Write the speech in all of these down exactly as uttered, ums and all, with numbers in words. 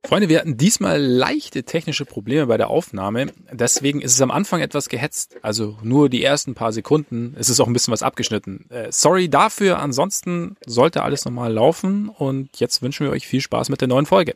Freunde, wir hatten diesmal leichte technische Probleme bei der Aufnahme. Deswegen ist es am Anfang etwas gehetzt. Also nur die ersten paar Sekunden. Es ist auch ein bisschen was abgeschnitten. Äh, sorry dafür. Ansonsten sollte alles normal laufen. Und jetzt wünschen wir euch viel Spaß mit der neuen Folge.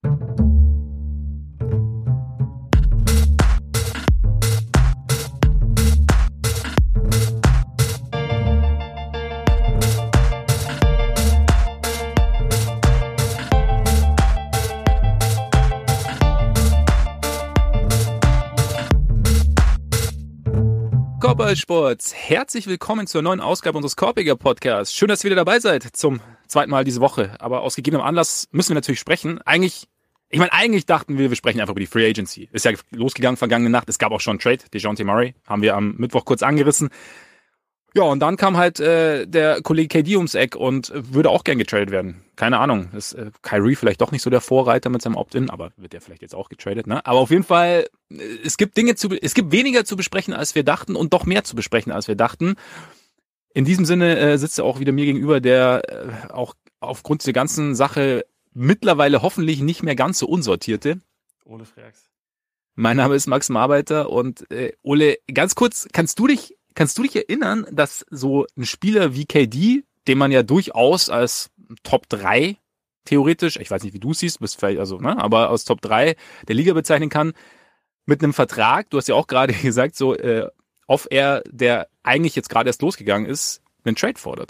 Korbballsports, herzlich willkommen zur neuen Ausgabe unseres Korbiger Podcasts. Schön, dass ihr wieder dabei seid zum zweiten Mal diese Woche. Aber aus gegebenem Anlass müssen wir natürlich sprechen. Eigentlich, ich meine, eigentlich dachten wir, wir sprechen einfach über die Free Agency. Ist ja losgegangen vergangene Nacht. Es gab auch schon einen Trade, DeJounte Murray, haben wir am Mittwoch kurz angerissen. Ja, und dann kam halt äh, der Kollege K D ums Eck und äh, würde auch gern getradet werden. Keine Ahnung, ist äh, Kyrie vielleicht doch nicht so der Vorreiter mit seinem Opt-in, aber wird der vielleicht jetzt auch getradet, ne? Aber auf jeden Fall, äh, es gibt Dinge zu, es gibt weniger zu besprechen, als wir dachten und doch mehr zu besprechen, als wir dachten. In diesem Sinne äh, sitzt er auch wieder mir gegenüber, der äh, auch aufgrund der ganzen Sache mittlerweile hoffentlich nicht mehr ganz so unsortierte. Ole Freaks. Mein Name ist Max Marbeiter und äh, Ole, ganz kurz, kannst du dich Kannst du dich erinnern, dass so ein Spieler wie K D, den man ja durchaus als Top drei theoretisch, ich weiß nicht, wie du es siehst, bist vielleicht, also, ne, aber aus Top drei der Liga bezeichnen kann, mit einem Vertrag, du hast ja auch gerade gesagt, so äh, off-air, der eigentlich jetzt gerade erst losgegangen ist, einen Trade fordert?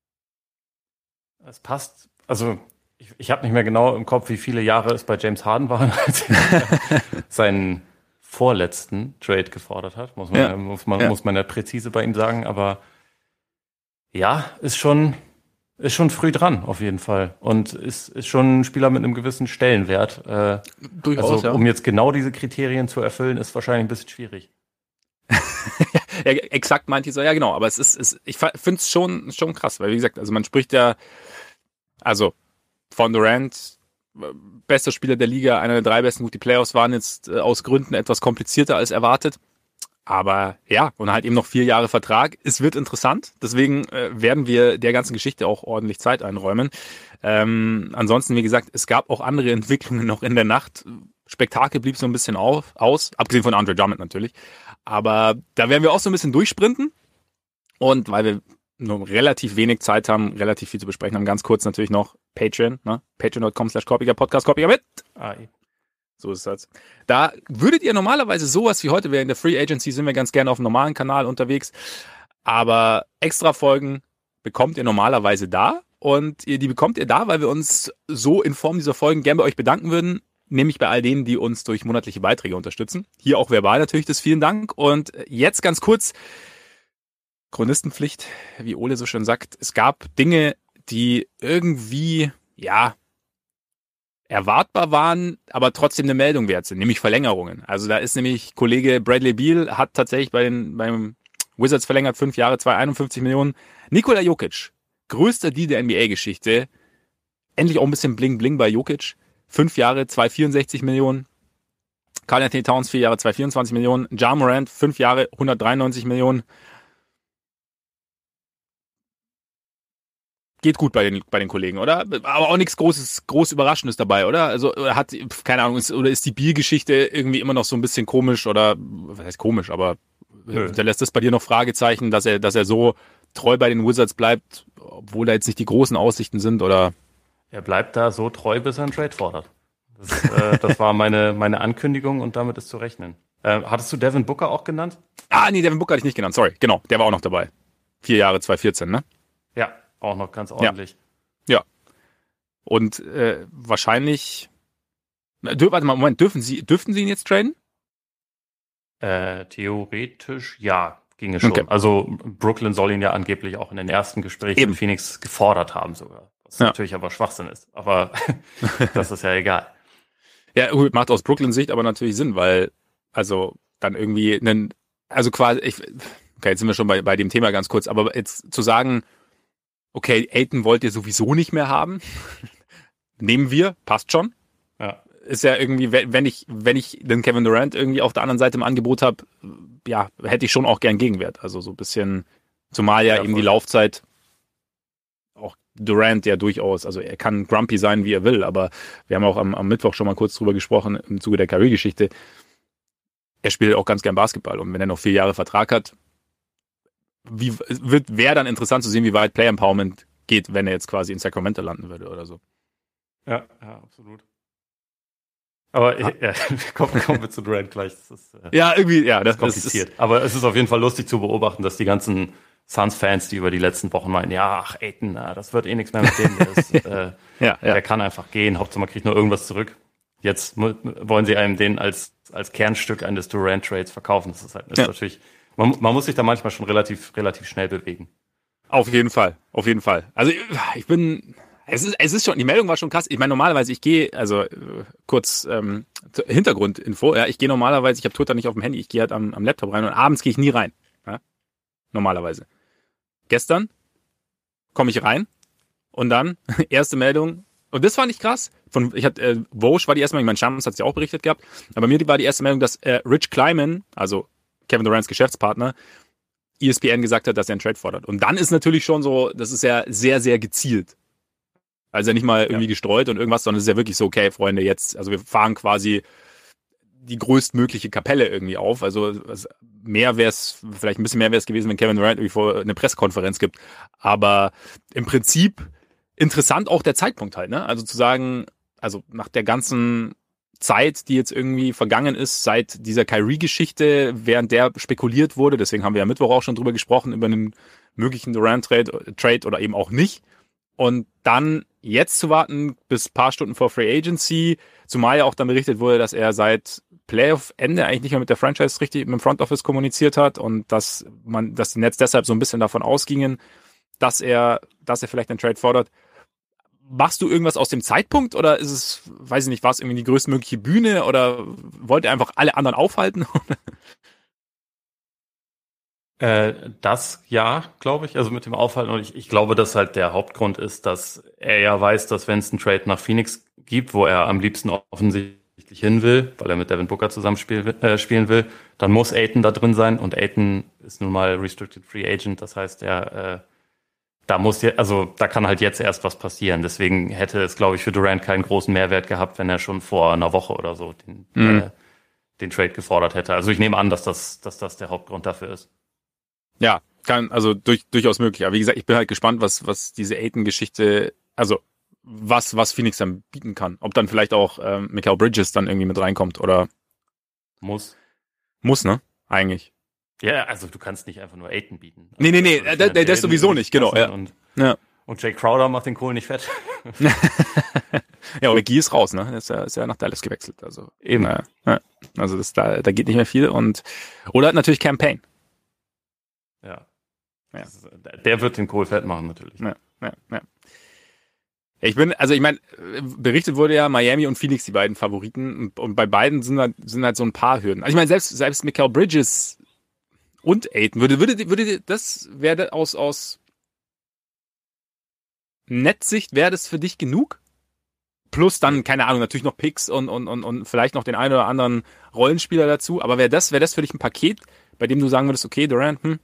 Es passt, also ich, ich habe nicht mehr genau im Kopf, wie viele Jahre es bei James Harden waren, als er seinen vorletzten Trade gefordert hat, muss man, ja. muss man, ja. muss man ja präzise bei ihm sagen, aber ja, ist schon, ist schon früh dran, auf jeden Fall. Und ist, ist schon ein Spieler mit einem gewissen Stellenwert. Äh, Durchaus, also, ja. Um jetzt genau diese Kriterien zu erfüllen, ist wahrscheinlich ein bisschen schwierig. Ja, exakt meinte ich so, ja genau, aber es ist, es, ich finde es schon, schon krass, weil wie gesagt, also man spricht ja, also von Durant, bester Spieler der Liga, einer der drei besten. Gut, die Playoffs waren jetzt äh, aus Gründen etwas komplizierter als erwartet. Aber ja, und halt eben noch vier Jahre Vertrag. Es wird interessant. Deswegen äh, werden wir der ganzen Geschichte auch ordentlich Zeit einräumen. Ähm, ansonsten, wie gesagt, es gab auch andere Entwicklungen noch in der Nacht. Spektakel blieb so ein bisschen auf, aus, abgesehen von Andre Drummond natürlich. Aber da werden wir auch so ein bisschen durchsprinten. Und weil wir nur relativ wenig Zeit haben, relativ viel zu besprechen haben, ganz kurz natürlich noch Patreon, ne? patreon punkt com slash Korbiger Podcast, Korbiger mit. Ah, so ist das. Da würdet ihr normalerweise sowas wie heute, wir in der Free Agency sind wir ganz gerne auf dem normalen Kanal unterwegs, aber extra Folgen bekommt ihr normalerweise da und die bekommt ihr da, weil wir uns so in Form dieser Folgen gerne bei euch bedanken würden, nämlich bei all denen, die uns durch monatliche Beiträge unterstützen. Hier auch verbal natürlich das vielen Dank und jetzt ganz kurz Chronistenpflicht, wie Ole so schön sagt. Es gab Dinge, die irgendwie, ja, erwartbar waren, aber trotzdem eine Meldung wert sind, nämlich Verlängerungen. Also da ist nämlich Kollege Bradley Beal hat tatsächlich bei den beim Wizards verlängert, fünf Jahre, zweihunderteinundfünfzig Millionen. Nikola Jokic, größter Deal der N B A-Geschichte. Endlich auch ein bisschen Bling-Bling bei Jokic. Fünf Jahre, zweihundertvierundsechzig Millionen. Karl Anthony Towns, vier Jahre, zweihundertvierundzwanzig Millionen. Ja Morant, fünf Jahre, hundertdreiundneunzig Millionen. Geht gut bei den bei den Kollegen, oder? Aber auch nichts Großes, groß Überraschendes dabei, oder? Also hat, keine Ahnung, ist, oder ist die Beal-Geschichte irgendwie immer noch so ein bisschen komisch oder, was heißt komisch, aber hinterlässt das bei dir noch Fragezeichen, dass er, dass er so treu bei den Wizards bleibt, obwohl da jetzt nicht die großen Aussichten sind, oder? Er bleibt da so treu, bis er einen Trade fordert. Das, äh, das war meine, meine Ankündigung und damit ist zu rechnen. Äh, hattest du Devin Booker auch genannt? Ah, nee, Devin Booker hatte ich nicht genannt, sorry. Genau, der war auch noch dabei. Vier Jahre, zweitausendvierzehn, ne? Ja. Auch noch ganz ordentlich. Ja. ja. Und äh, wahrscheinlich. Dür, warte mal, Moment, dürfen Sie, dürften Sie ihn jetzt traden? Äh, theoretisch ja, ginge schon. Okay. Also Brooklyn soll ihn ja angeblich auch in den ersten Gesprächen Eben. in Phoenix gefordert haben sogar. Was ja. natürlich aber Schwachsinn ist. Aber das ist ja egal. Ja, gut, macht aus Brooklyn-Sicht aber natürlich Sinn, weil, also dann irgendwie einen, also quasi, ich, okay, jetzt sind wir schon bei, bei dem Thema ganz kurz, aber jetzt zu sagen, okay, Ayton wollt ihr sowieso nicht mehr haben. Nehmen wir, passt schon. Ja. Ist ja irgendwie, wenn ich, wenn ich den Kevin Durant irgendwie auf der anderen Seite im Angebot habe, ja, hätte ich schon auch gern Gegenwert. Also so ein bisschen, zumal ja, ja eben die Laufzeit auch Durant ja durchaus, also er kann grumpy sein, wie er will, aber wir haben auch am, am Mittwoch schon mal kurz drüber gesprochen im Zuge der Kyrie-Geschichte. Er spielt auch ganz gern Basketball und wenn er noch vier Jahre Vertrag hat, wie wird wäre dann interessant zu sehen, wie weit Player Empowerment geht, wenn er jetzt quasi in Sacramento landen würde oder so. Ja, ja, absolut. Aber ah. ja, kommen, kommen wir zu Durant gleich. Das ist, äh, ja, irgendwie, ja, das, ist kompliziert. Das ist, aber es ist auf jeden Fall lustig zu beobachten, dass die ganzen Suns-Fans, die über die letzten Wochen meinen, ja, ach, Ayton, na, das wird eh nichts mehr mit dem, der, ist, äh, ja, ja. der kann einfach gehen, Hauptsache man kriegt nur irgendwas zurück. Jetzt wollen sie einem den als, als Kernstück eines Durant-Trades verkaufen. Das ist halt das ist ja. natürlich, man, man muss sich da manchmal schon relativ, relativ schnell bewegen. Auf jeden Fall, auf jeden Fall. Also ich bin, es ist, es ist schon, die Meldung war schon krass. Ich meine, normalerweise, ich gehe, also kurz ähm, Hintergrundinfo, ja, ich gehe normalerweise, ich habe Twitter nicht auf dem Handy, ich gehe halt am, am Laptop rein und abends gehe ich nie rein. Ja? Normalerweise. Gestern komme ich rein und dann erste Meldung, und das fand ich krass. Von, ich hatte, äh, Woj war die erste Meldung, mein Shams hat es ja auch berichtet gehabt, aber mir war die erste Meldung, dass äh, Rich Kleiman, also Kevin Durants Geschäftspartner, E S P N gesagt hat, dass er einen Trade fordert. Und dann ist natürlich schon so, das ist ja sehr, sehr gezielt. Also nicht mal irgendwie ja. gestreut und irgendwas, sondern es ist ja wirklich so, okay, Freunde, jetzt, also wir fahren quasi die größtmögliche Kapelle irgendwie auf. Also mehr wäre es, vielleicht ein bisschen mehr wäre es gewesen, wenn Kevin Durant irgendwie vor eine Pressekonferenz gibt. Aber im Prinzip interessant auch der Zeitpunkt halt, ne? Also zu sagen, also nach der ganzen Zeit, die jetzt irgendwie vergangen ist, seit dieser Kyrie-Geschichte, während der spekuliert wurde, deswegen haben wir ja Mittwoch auch schon drüber gesprochen, über einen möglichen Durant-Trade Trade oder eben auch nicht. Und dann jetzt zu warten bis ein paar Stunden vor Free Agency, zumal ja auch dann berichtet wurde, dass er seit Playoff-Ende eigentlich nicht mehr mit der Franchise richtig mit dem Front Office kommuniziert hat und dass man, dass die Nets deshalb so ein bisschen davon ausgingen, dass er, dass er vielleicht einen Trade fordert. Machst du irgendwas aus dem Zeitpunkt oder ist es, weiß ich nicht, war es irgendwie die größtmögliche Bühne oder wollt ihr einfach alle anderen aufhalten? äh, das ja, glaube ich, also mit dem Aufhalten. Und ich, ich glaube, dass halt der Hauptgrund ist, dass er ja weiß, dass wenn es einen Trade nach Phoenix gibt, wo er am liebsten offensichtlich hin will, weil er mit Devin Booker zusammen spiel, äh, spielen will, dann muss Ayton da drin sein und Ayton ist nun mal Restricted Free Agent, das heißt, er äh, Da muss ja, also da kann halt jetzt erst was passieren. Deswegen hätte es, glaube ich, für Durant keinen großen Mehrwert gehabt, wenn er schon vor einer Woche oder so den, mhm. äh, den Trade gefordert hätte. Also ich nehme an, dass das, dass das der Hauptgrund dafür ist. Ja, kann, also durch, durchaus möglich. Aber wie gesagt, ich bin halt gespannt, was, was diese Ayton-Geschichte, also was, was Phoenix dann bieten kann. Ob dann vielleicht auch ähm, Mikal Bridges dann irgendwie mit reinkommt oder muss. Muss, ne? Eigentlich. Ja, also du kannst nicht einfach nur Ayton bieten. Nee, nee, nee, das, das, das sowieso nicht, genau. Ja. Und, ja. und Jay Crowder macht den Kohl nicht fett. Ja, und McGee ist raus, ne? Er ist ja, ist ja nach Dallas gewechselt. Also eben. Ja, ja. Also das, da, da geht nicht mehr viel. Und oder natürlich Campaign. Ja. ja. Der wird den Kohl fett machen, natürlich. Ja, ja, ja. Ich bin, also ich meine, berichtet wurde ja Miami und Phoenix die beiden Favoriten und, und bei beiden sind halt, sind halt so ein paar Hürden. Also ich meine, selbst, selbst Mikal Bridges und Ayton, würde, würde, würde das, wäre aus, aus Netsicht, wäre das für dich genug? Plus dann, keine Ahnung, natürlich noch Picks und, und, und, und vielleicht noch den einen oder anderen Rollenspieler dazu, aber wäre das, wäre das für dich ein Paket, bei dem du sagen würdest, okay, Durant, hm?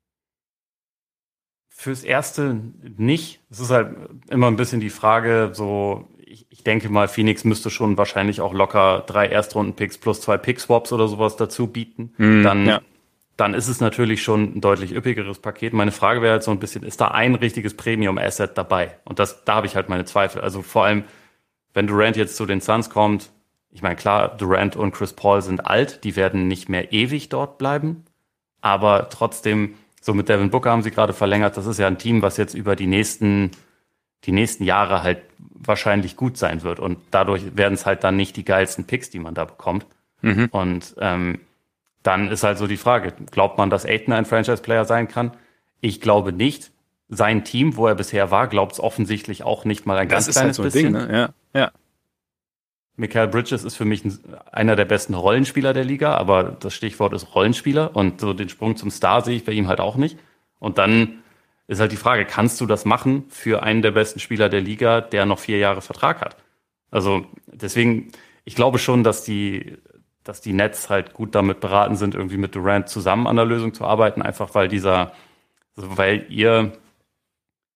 Fürs Erste nicht. Es ist halt immer ein bisschen die Frage, so, ich, ich denke mal, Phoenix müsste schon wahrscheinlich auch locker drei Erstrunden-Picks plus zwei Pick-Swaps oder sowas dazu bieten. Mm, dann, ja. dann ist es natürlich schon ein deutlich üppigeres Paket. Meine Frage wäre halt so ein bisschen, ist da ein richtiges Premium-Asset dabei? Und das, da habe ich halt meine Zweifel. Also vor allem, wenn Durant jetzt zu den Suns kommt, ich meine, klar, Durant und Chris Paul sind alt, die werden nicht mehr ewig dort bleiben, aber trotzdem, so mit Devin Booker haben sie gerade verlängert, das ist ja ein Team, was jetzt über die nächsten, die nächsten Jahre halt wahrscheinlich gut sein wird und dadurch werden es halt dann nicht die geilsten Picks, die man da bekommt. Mhm. Und ähm, dann ist halt so die Frage, glaubt man, dass Ayton ein Franchise-Player sein kann? Ich glaube nicht. Sein Team, wo er bisher war, glaubt es offensichtlich auch nicht mal ein das ganz kleines halt so ein bisschen. Ding, ne? Ja, ja. Mikal Bridges ist für mich ein, einer der besten Rollenspieler der Liga, aber das Stichwort ist Rollenspieler und so den Sprung zum Star sehe ich bei ihm halt auch nicht. Und dann ist halt die Frage, kannst du das machen für einen der besten Spieler der Liga, der noch vier Jahre Vertrag hat? Also deswegen, ich glaube schon, dass die, dass die Nets halt gut damit beraten sind, irgendwie mit Durant zusammen an der Lösung zu arbeiten, einfach weil dieser, also weil ihr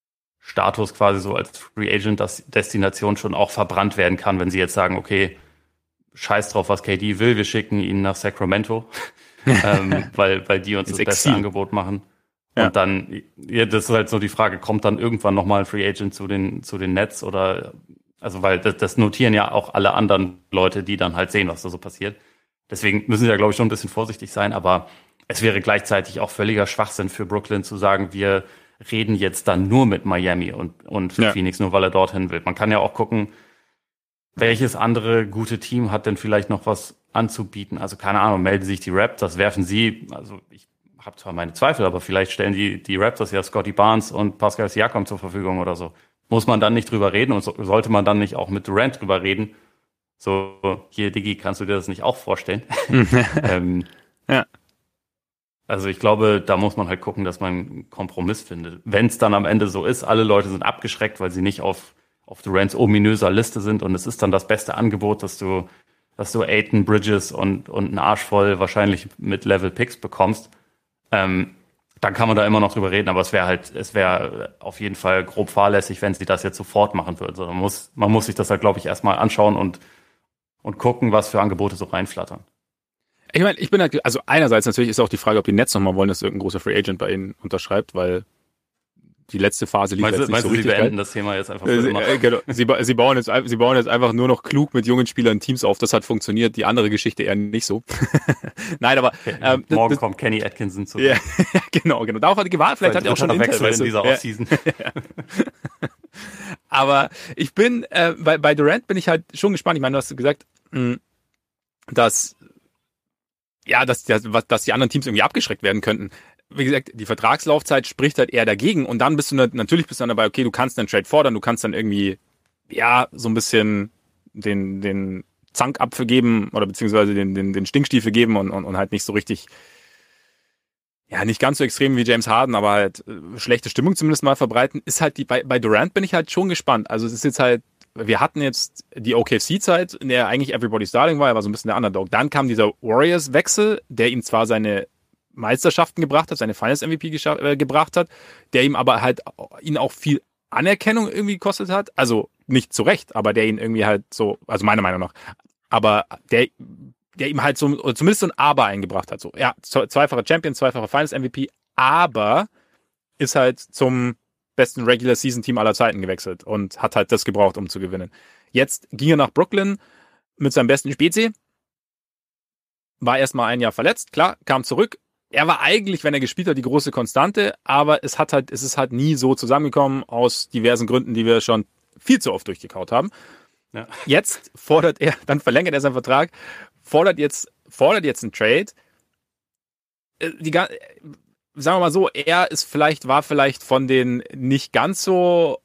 Status quasi so als Free Agent Destination schon auch verbrannt werden kann, wenn sie jetzt sagen, okay, scheiß drauf, was K D will, wir schicken ihn nach Sacramento, ähm, weil, weil die uns das beste Angebot machen. Und ja. dann, ja, das ist halt so die Frage, kommt dann irgendwann nochmal ein Free Agent zu den, zu den Nets oder, also weil das, das notieren ja auch alle anderen Leute, die dann halt sehen, was da so passiert. Deswegen müssen sie ja, glaube ich, schon ein bisschen vorsichtig sein, aber es wäre gleichzeitig auch völliger Schwachsinn für Brooklyn zu sagen, wir reden jetzt dann nur mit Miami und, und ja. Phoenix, nur weil er dorthin will. Man kann ja auch gucken, welches andere gute Team hat denn vielleicht noch was anzubieten. Also keine Ahnung, melden sich die Raptors, werfen sie, also ich habe zwar meine Zweifel, aber vielleicht stellen die, die Raptors ja Scotty Barnes und Pascal Siakam zur Verfügung oder so. Muss man dann nicht drüber reden und so, sollte man dann nicht auch mit Durant drüber reden? So, hier, Diggi, kannst du dir das nicht auch vorstellen? ähm, ja. Also ich glaube, da muss man halt gucken, dass man einen Kompromiss findet. Wenn es dann am Ende so ist, alle Leute sind abgeschreckt, weil sie nicht auf, auf Durants ominöser Liste sind und es ist dann das beste Angebot, dass du, dass du Ayton, Bridges und, und einen Arsch voll wahrscheinlich mit Level Picks bekommst, ähm, dann kann man da immer noch drüber reden, aber es wäre halt, es wäre auf jeden Fall grob fahrlässig, wenn sie das jetzt sofort machen würden. Also man muss, man muss sich das halt, glaube ich, erstmal anschauen und, und gucken, was für Angebote so reinflattern. Ich meine, ich bin halt, also einerseits natürlich ist auch die Frage, ob die Nets nochmal wollen, dass irgendein großer Free Agent bei ihnen unterschreibt, weil die letzte Phase lief jetzt nicht meinst so du, richtig. Sie beenden geil. das Thema jetzt einfach für immer. Äh, genau. sie, sie, bauen jetzt, sie bauen jetzt einfach nur noch klug mit jungen Spielern Teams auf. Das hat funktioniert. Die andere Geschichte eher nicht so. Nein, aber ähm, morgen das, kommt Kenny Atkinson zurück. Ja, genau, genau. Darauf hat er gewartet. Vielleicht hat er auch schon einen Wechsel in dieser Offseason. Ja. Aber ich bin äh, bei, bei Durant bin ich halt schon gespannt. Ich meine, du hast gesagt, mh, dass ja, dass, dass, dass die anderen Teams irgendwie abgeschreckt werden könnten. Wie gesagt, die Vertragslaufzeit spricht halt eher dagegen und dann bist du natürlich bist du dann dabei, okay, du kannst einen Trade fordern, du kannst dann irgendwie, ja, so ein bisschen den, den Zankapfel geben oder beziehungsweise den, den, den Stinkstiefel geben und, und, und halt nicht so richtig, ja, nicht ganz so extrem wie James Harden, aber halt äh, schlechte Stimmung zumindest mal verbreiten, ist halt die, bei, bei Durant bin ich halt schon gespannt. Also es ist jetzt halt, wir hatten jetzt die O K C-Zeit, in der eigentlich Everybody's Darling war, er war so ein bisschen der Underdog. Dann kam dieser Warriors-Wechsel, der ihm zwar seine Meisterschaften gebracht hat, seine Finals-M V P gescha- äh, gebracht hat, der ihm aber halt ihn auch viel Anerkennung irgendwie gekostet hat. Also nicht zu Recht, aber der ihn irgendwie halt so, also meiner Meinung nach, aber der, der ihm halt so, oder zumindest so ein Aber eingebracht hat. So, ja, zweifacher Champion, zweifacher Finals-M V P, aber ist halt zum besten Regular-Season-Team aller Zeiten gewechselt und hat halt das gebraucht, um zu gewinnen. Jetzt ging er nach Brooklyn mit seinem besten Spezi, war erstmal ein Jahr verletzt, klar, kam zurück. Er war eigentlich, wenn er gespielt hat, die große Konstante, aber es hat halt, es ist halt nie so zusammengekommen aus diversen Gründen, die wir schon viel zu oft durchgekaut haben. Ja. Jetzt fordert er, dann verlängert er seinen Vertrag, fordert jetzt, fordert jetzt einen Trade. Die, sagen wir mal so, er ist vielleicht, war vielleicht von den nicht ganz so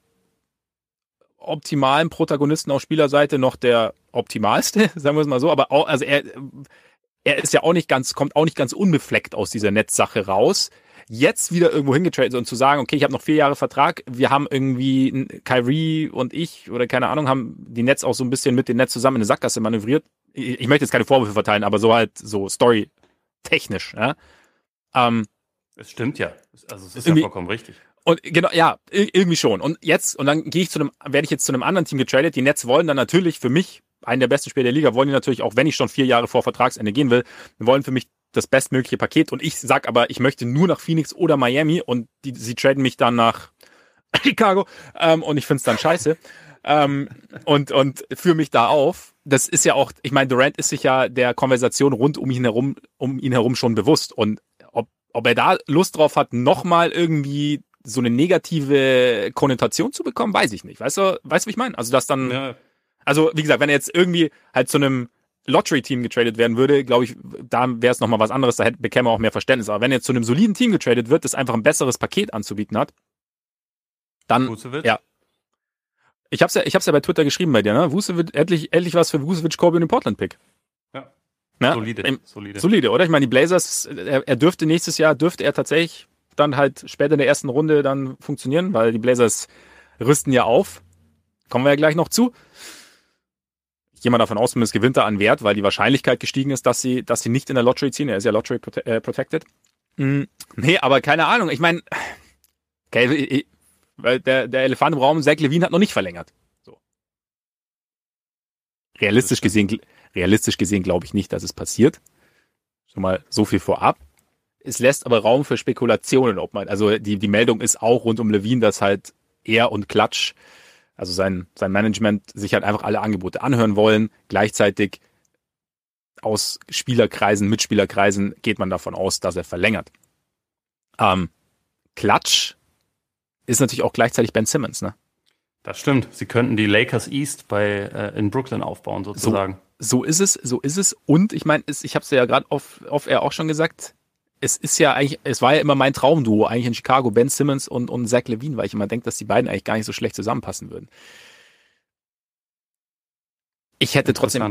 optimalen Protagonisten auf Spielerseite noch der optimalste, sagen wir es mal so, aber auch, also er, er ist ja auch nicht ganz, kommt auch nicht ganz unbefleckt aus dieser Netzsache raus. Jetzt wieder irgendwo hingetradet und zu sagen, okay, ich habe noch vier Jahre Vertrag, wir haben irgendwie Kyrie und ich oder keine Ahnung, haben die Nets auch so ein bisschen mit den Nets zusammen in eine Sackgasse manövriert. Ich, ich möchte jetzt keine Vorwürfe verteilen, aber so halt so story-technisch. Ja? Ähm, es stimmt ja, also es ist ja vollkommen richtig. Und genau, ja, irgendwie schon. Und jetzt, und dann gehe ich zu einem, werde ich jetzt zu einem anderen Team getradet. Die Nets wollen dann natürlich für mich, einen der besten Spieler der Liga, wollen die natürlich, auch wenn ich schon vier Jahre vor Vertragsende gehen will, wollen für mich das bestmögliche Paket. Und ich sag aber, ich möchte nur nach Phoenix oder Miami und die, sie traden mich dann nach Chicago ähm, und ich finde es dann scheiße. ähm, und, und führe mich da auf. Das ist ja auch, ich meine, Durant ist sich ja der Konversation rund um ihn herum, um ihn herum schon bewusst. Und ob, ob er da Lust drauf hat, nochmal irgendwie so eine negative Konnotation zu bekommen, weiß ich nicht. Weißt du, weißt du, wie ich meine? Also, dass dann, ja. Also, wie gesagt, wenn er jetzt irgendwie halt zu einem Lottery-Team getradet werden würde, glaube ich, da wäre es nochmal was anderes, da hätte, bekäme er auch mehr Verständnis. Aber wenn er jetzt zu einem soliden Team getradet wird, das einfach ein besseres Paket anzubieten hat, dann, Vucevic? Ja. Ich hab's ja, ich hab's ja bei Twitter geschrieben bei dir, ne? Vucevic, endlich, endlich was für Vucevic, Kobe und den Portland-Pick. Ja. ja. Solide, Im, solide. Solide, oder? Ich meine, die Blazers, er, er dürfte nächstes Jahr, dürfte er tatsächlich dann halt später in der ersten Runde dann funktionieren, weil die Blazers rüsten ja auf. Kommen wir ja gleich noch zu. Ich gehe mal davon aus, zumindest gewinnt er an Wert, weil die Wahrscheinlichkeit gestiegen ist, dass sie, dass sie nicht in der Lottery ziehen. Er ist ja Lottery prote- äh, protected. Mm, nee, aber keine Ahnung. Ich meine, okay, Weil der, der Elefant im Raum, Zach LaVine hat noch nicht verlängert. So. Realistisch gesehen, realistisch gesehen glaube ich nicht, dass es passiert. Schon mal so viel vorab. Es lässt aber Raum für Spekulationen, ob man, also die, die Meldung ist auch rund um LaVine, dass halt er und Klatsch, also sein, sein Management, sich halt einfach alle Angebote anhören wollen. Gleichzeitig aus Spielerkreisen, Mitspielerkreisen geht man davon aus, dass er verlängert. Ähm, Klatsch ist natürlich auch gleichzeitig Ben Simmons, ne? Das stimmt. Sie könnten die Lakers East bei äh, in Brooklyn aufbauen, sozusagen. So, so ist es, so ist es. Und ich meine, ich habe es ja gerade auf, auf Air auch schon gesagt, es ist ja eigentlich, es war ja immer mein Traumduo eigentlich in Chicago, Ben Simmons und, und Zach LaVine, weil ich immer denke, dass die beiden eigentlich gar nicht so schlecht zusammenpassen würden. Ich hätte trotzdem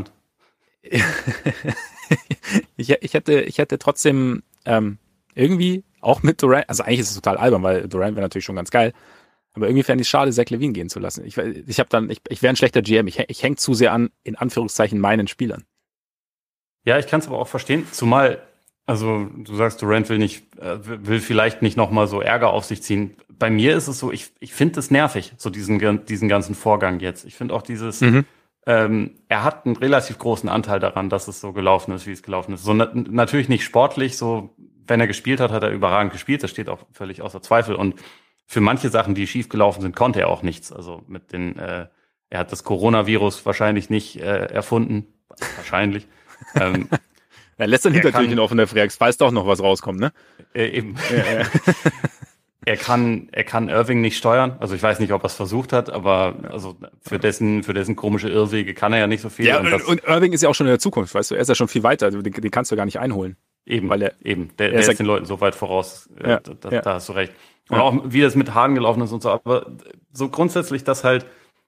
ich, ich hätte ich hätte trotzdem ähm, irgendwie auch mit Durant, also eigentlich ist es total albern, weil Durant wäre natürlich schon ganz geil, aber irgendwie fände ich es schade, Zach LaVine gehen zu lassen. Ich, ich habe dann, ich, ich wäre ein schlechter G M, ich, ich hänge zu sehr an, in Anführungszeichen, meinen Spielern. Ja, ich kann es aber auch verstehen, zumal, also du sagst, Durant will nicht, äh, will vielleicht nicht nochmal so Ärger auf sich ziehen. Bei mir ist es so, ich, ich finde das nervig, so diesen, diesen ganzen Vorgang jetzt. Ich finde auch dieses, mhm. ähm, er hat einen relativ großen Anteil daran, dass es so gelaufen ist, wie es gelaufen ist. So na, natürlich nicht sportlich, so wenn er gespielt hat, hat er überragend gespielt, das steht auch völlig außer Zweifel. Und für manche Sachen, die schief gelaufen sind, konnte er auch nichts. Also mit den, äh, er hat das Coronavirus wahrscheinlich nicht äh, erfunden, wahrscheinlich. ähm, Er lässt dann Hintertürchen offen, der Freaks, falls doch noch was rauskommt, ne? Äh, eben. Ja, ja. er kann, er kann Irving nicht steuern. Also ich weiß nicht, ob er es versucht hat, aber also für dessen, für dessen komische Irrwege kann er ja nicht so viel. Ja, und, das, und Irving ist ja auch schon in der Zukunft, weißt du, er ist ja schon viel weiter, den, den kannst du gar nicht einholen. Eben, weil er, eben. Der, der ist, ist den Leuten so weit voraus, ja, äh, da, ja. da hast du recht. Und ja. auch wie das mit Harden gelaufen ist und so, aber so grundsätzlich, dass halt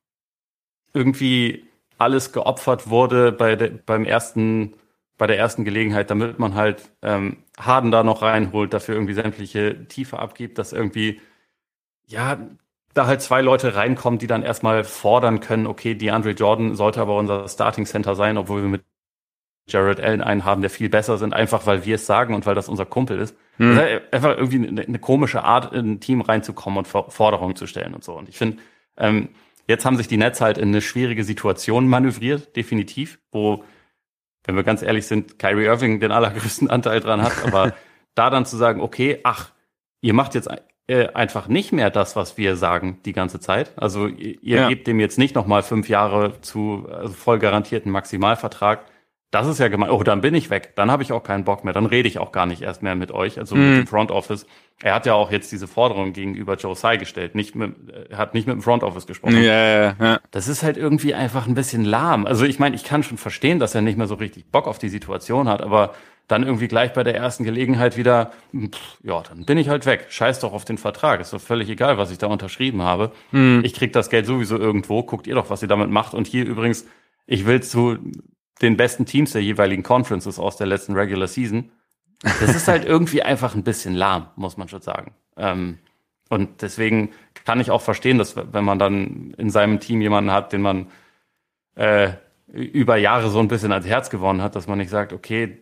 irgendwie alles geopfert wurde bei der, beim ersten bei der ersten Gelegenheit, damit man halt ähm, Harden da noch reinholt, dafür irgendwie sämtliche Tiefe abgibt, dass irgendwie, ja, da halt zwei Leute reinkommen, die dann erstmal fordern können, okay, DeAndre Jordan sollte aber unser Starting Center sein, obwohl wir mit Jared Allen einen haben, der viel besser sind, einfach weil wir es sagen und weil das unser Kumpel ist. Mhm. Das ist einfach irgendwie eine, eine komische Art, in ein Team reinzukommen und Forderungen zu stellen und so. Und ich finde, ähm, jetzt haben sich die Nets halt in eine schwierige Situation manövriert, definitiv, wo, wenn wir ganz ehrlich sind, Kyrie Irving den allergrößten Anteil dran hat, aber da dann zu sagen, okay, ach, ihr macht jetzt äh, einfach nicht mehr das, was wir sagen die ganze Zeit. Also ihr, ihr ja. gebt dem jetzt nicht nochmal fünf Jahre zu also voll garantierten Maximalvertrag. Das ist ja gemein. Oh, dann bin ich weg. Dann habe ich auch keinen Bock mehr. Dann rede ich auch gar nicht erst mehr mit euch, also mm. mit dem Front Office. Er hat ja auch jetzt diese Forderung gegenüber Joe Tsai gestellt. Nicht mit, er hat nicht mit dem Front Office gesprochen. Ja, ja, ja. Das ist halt irgendwie einfach ein bisschen lahm. Also ich meine, ich kann schon verstehen, dass er nicht mehr so richtig Bock auf die Situation hat, aber dann irgendwie gleich bei der ersten Gelegenheit wieder, pff, ja, dann bin ich halt weg. Scheiß doch auf den Vertrag. Ist doch völlig egal, was ich da unterschrieben habe. Mm. Ich krieg das Geld sowieso irgendwo. Guckt ihr doch, was ihr damit macht. Und hier übrigens, ich will zu den besten Teams der jeweiligen Conferences aus der letzten Regular Season. Das ist halt irgendwie einfach ein bisschen lahm, muss man schon sagen. Ähm, und deswegen kann ich auch verstehen, dass wenn man dann in seinem Team jemanden hat, den man äh, über Jahre so ein bisschen als Herz gewonnen hat, dass man nicht sagt, okay,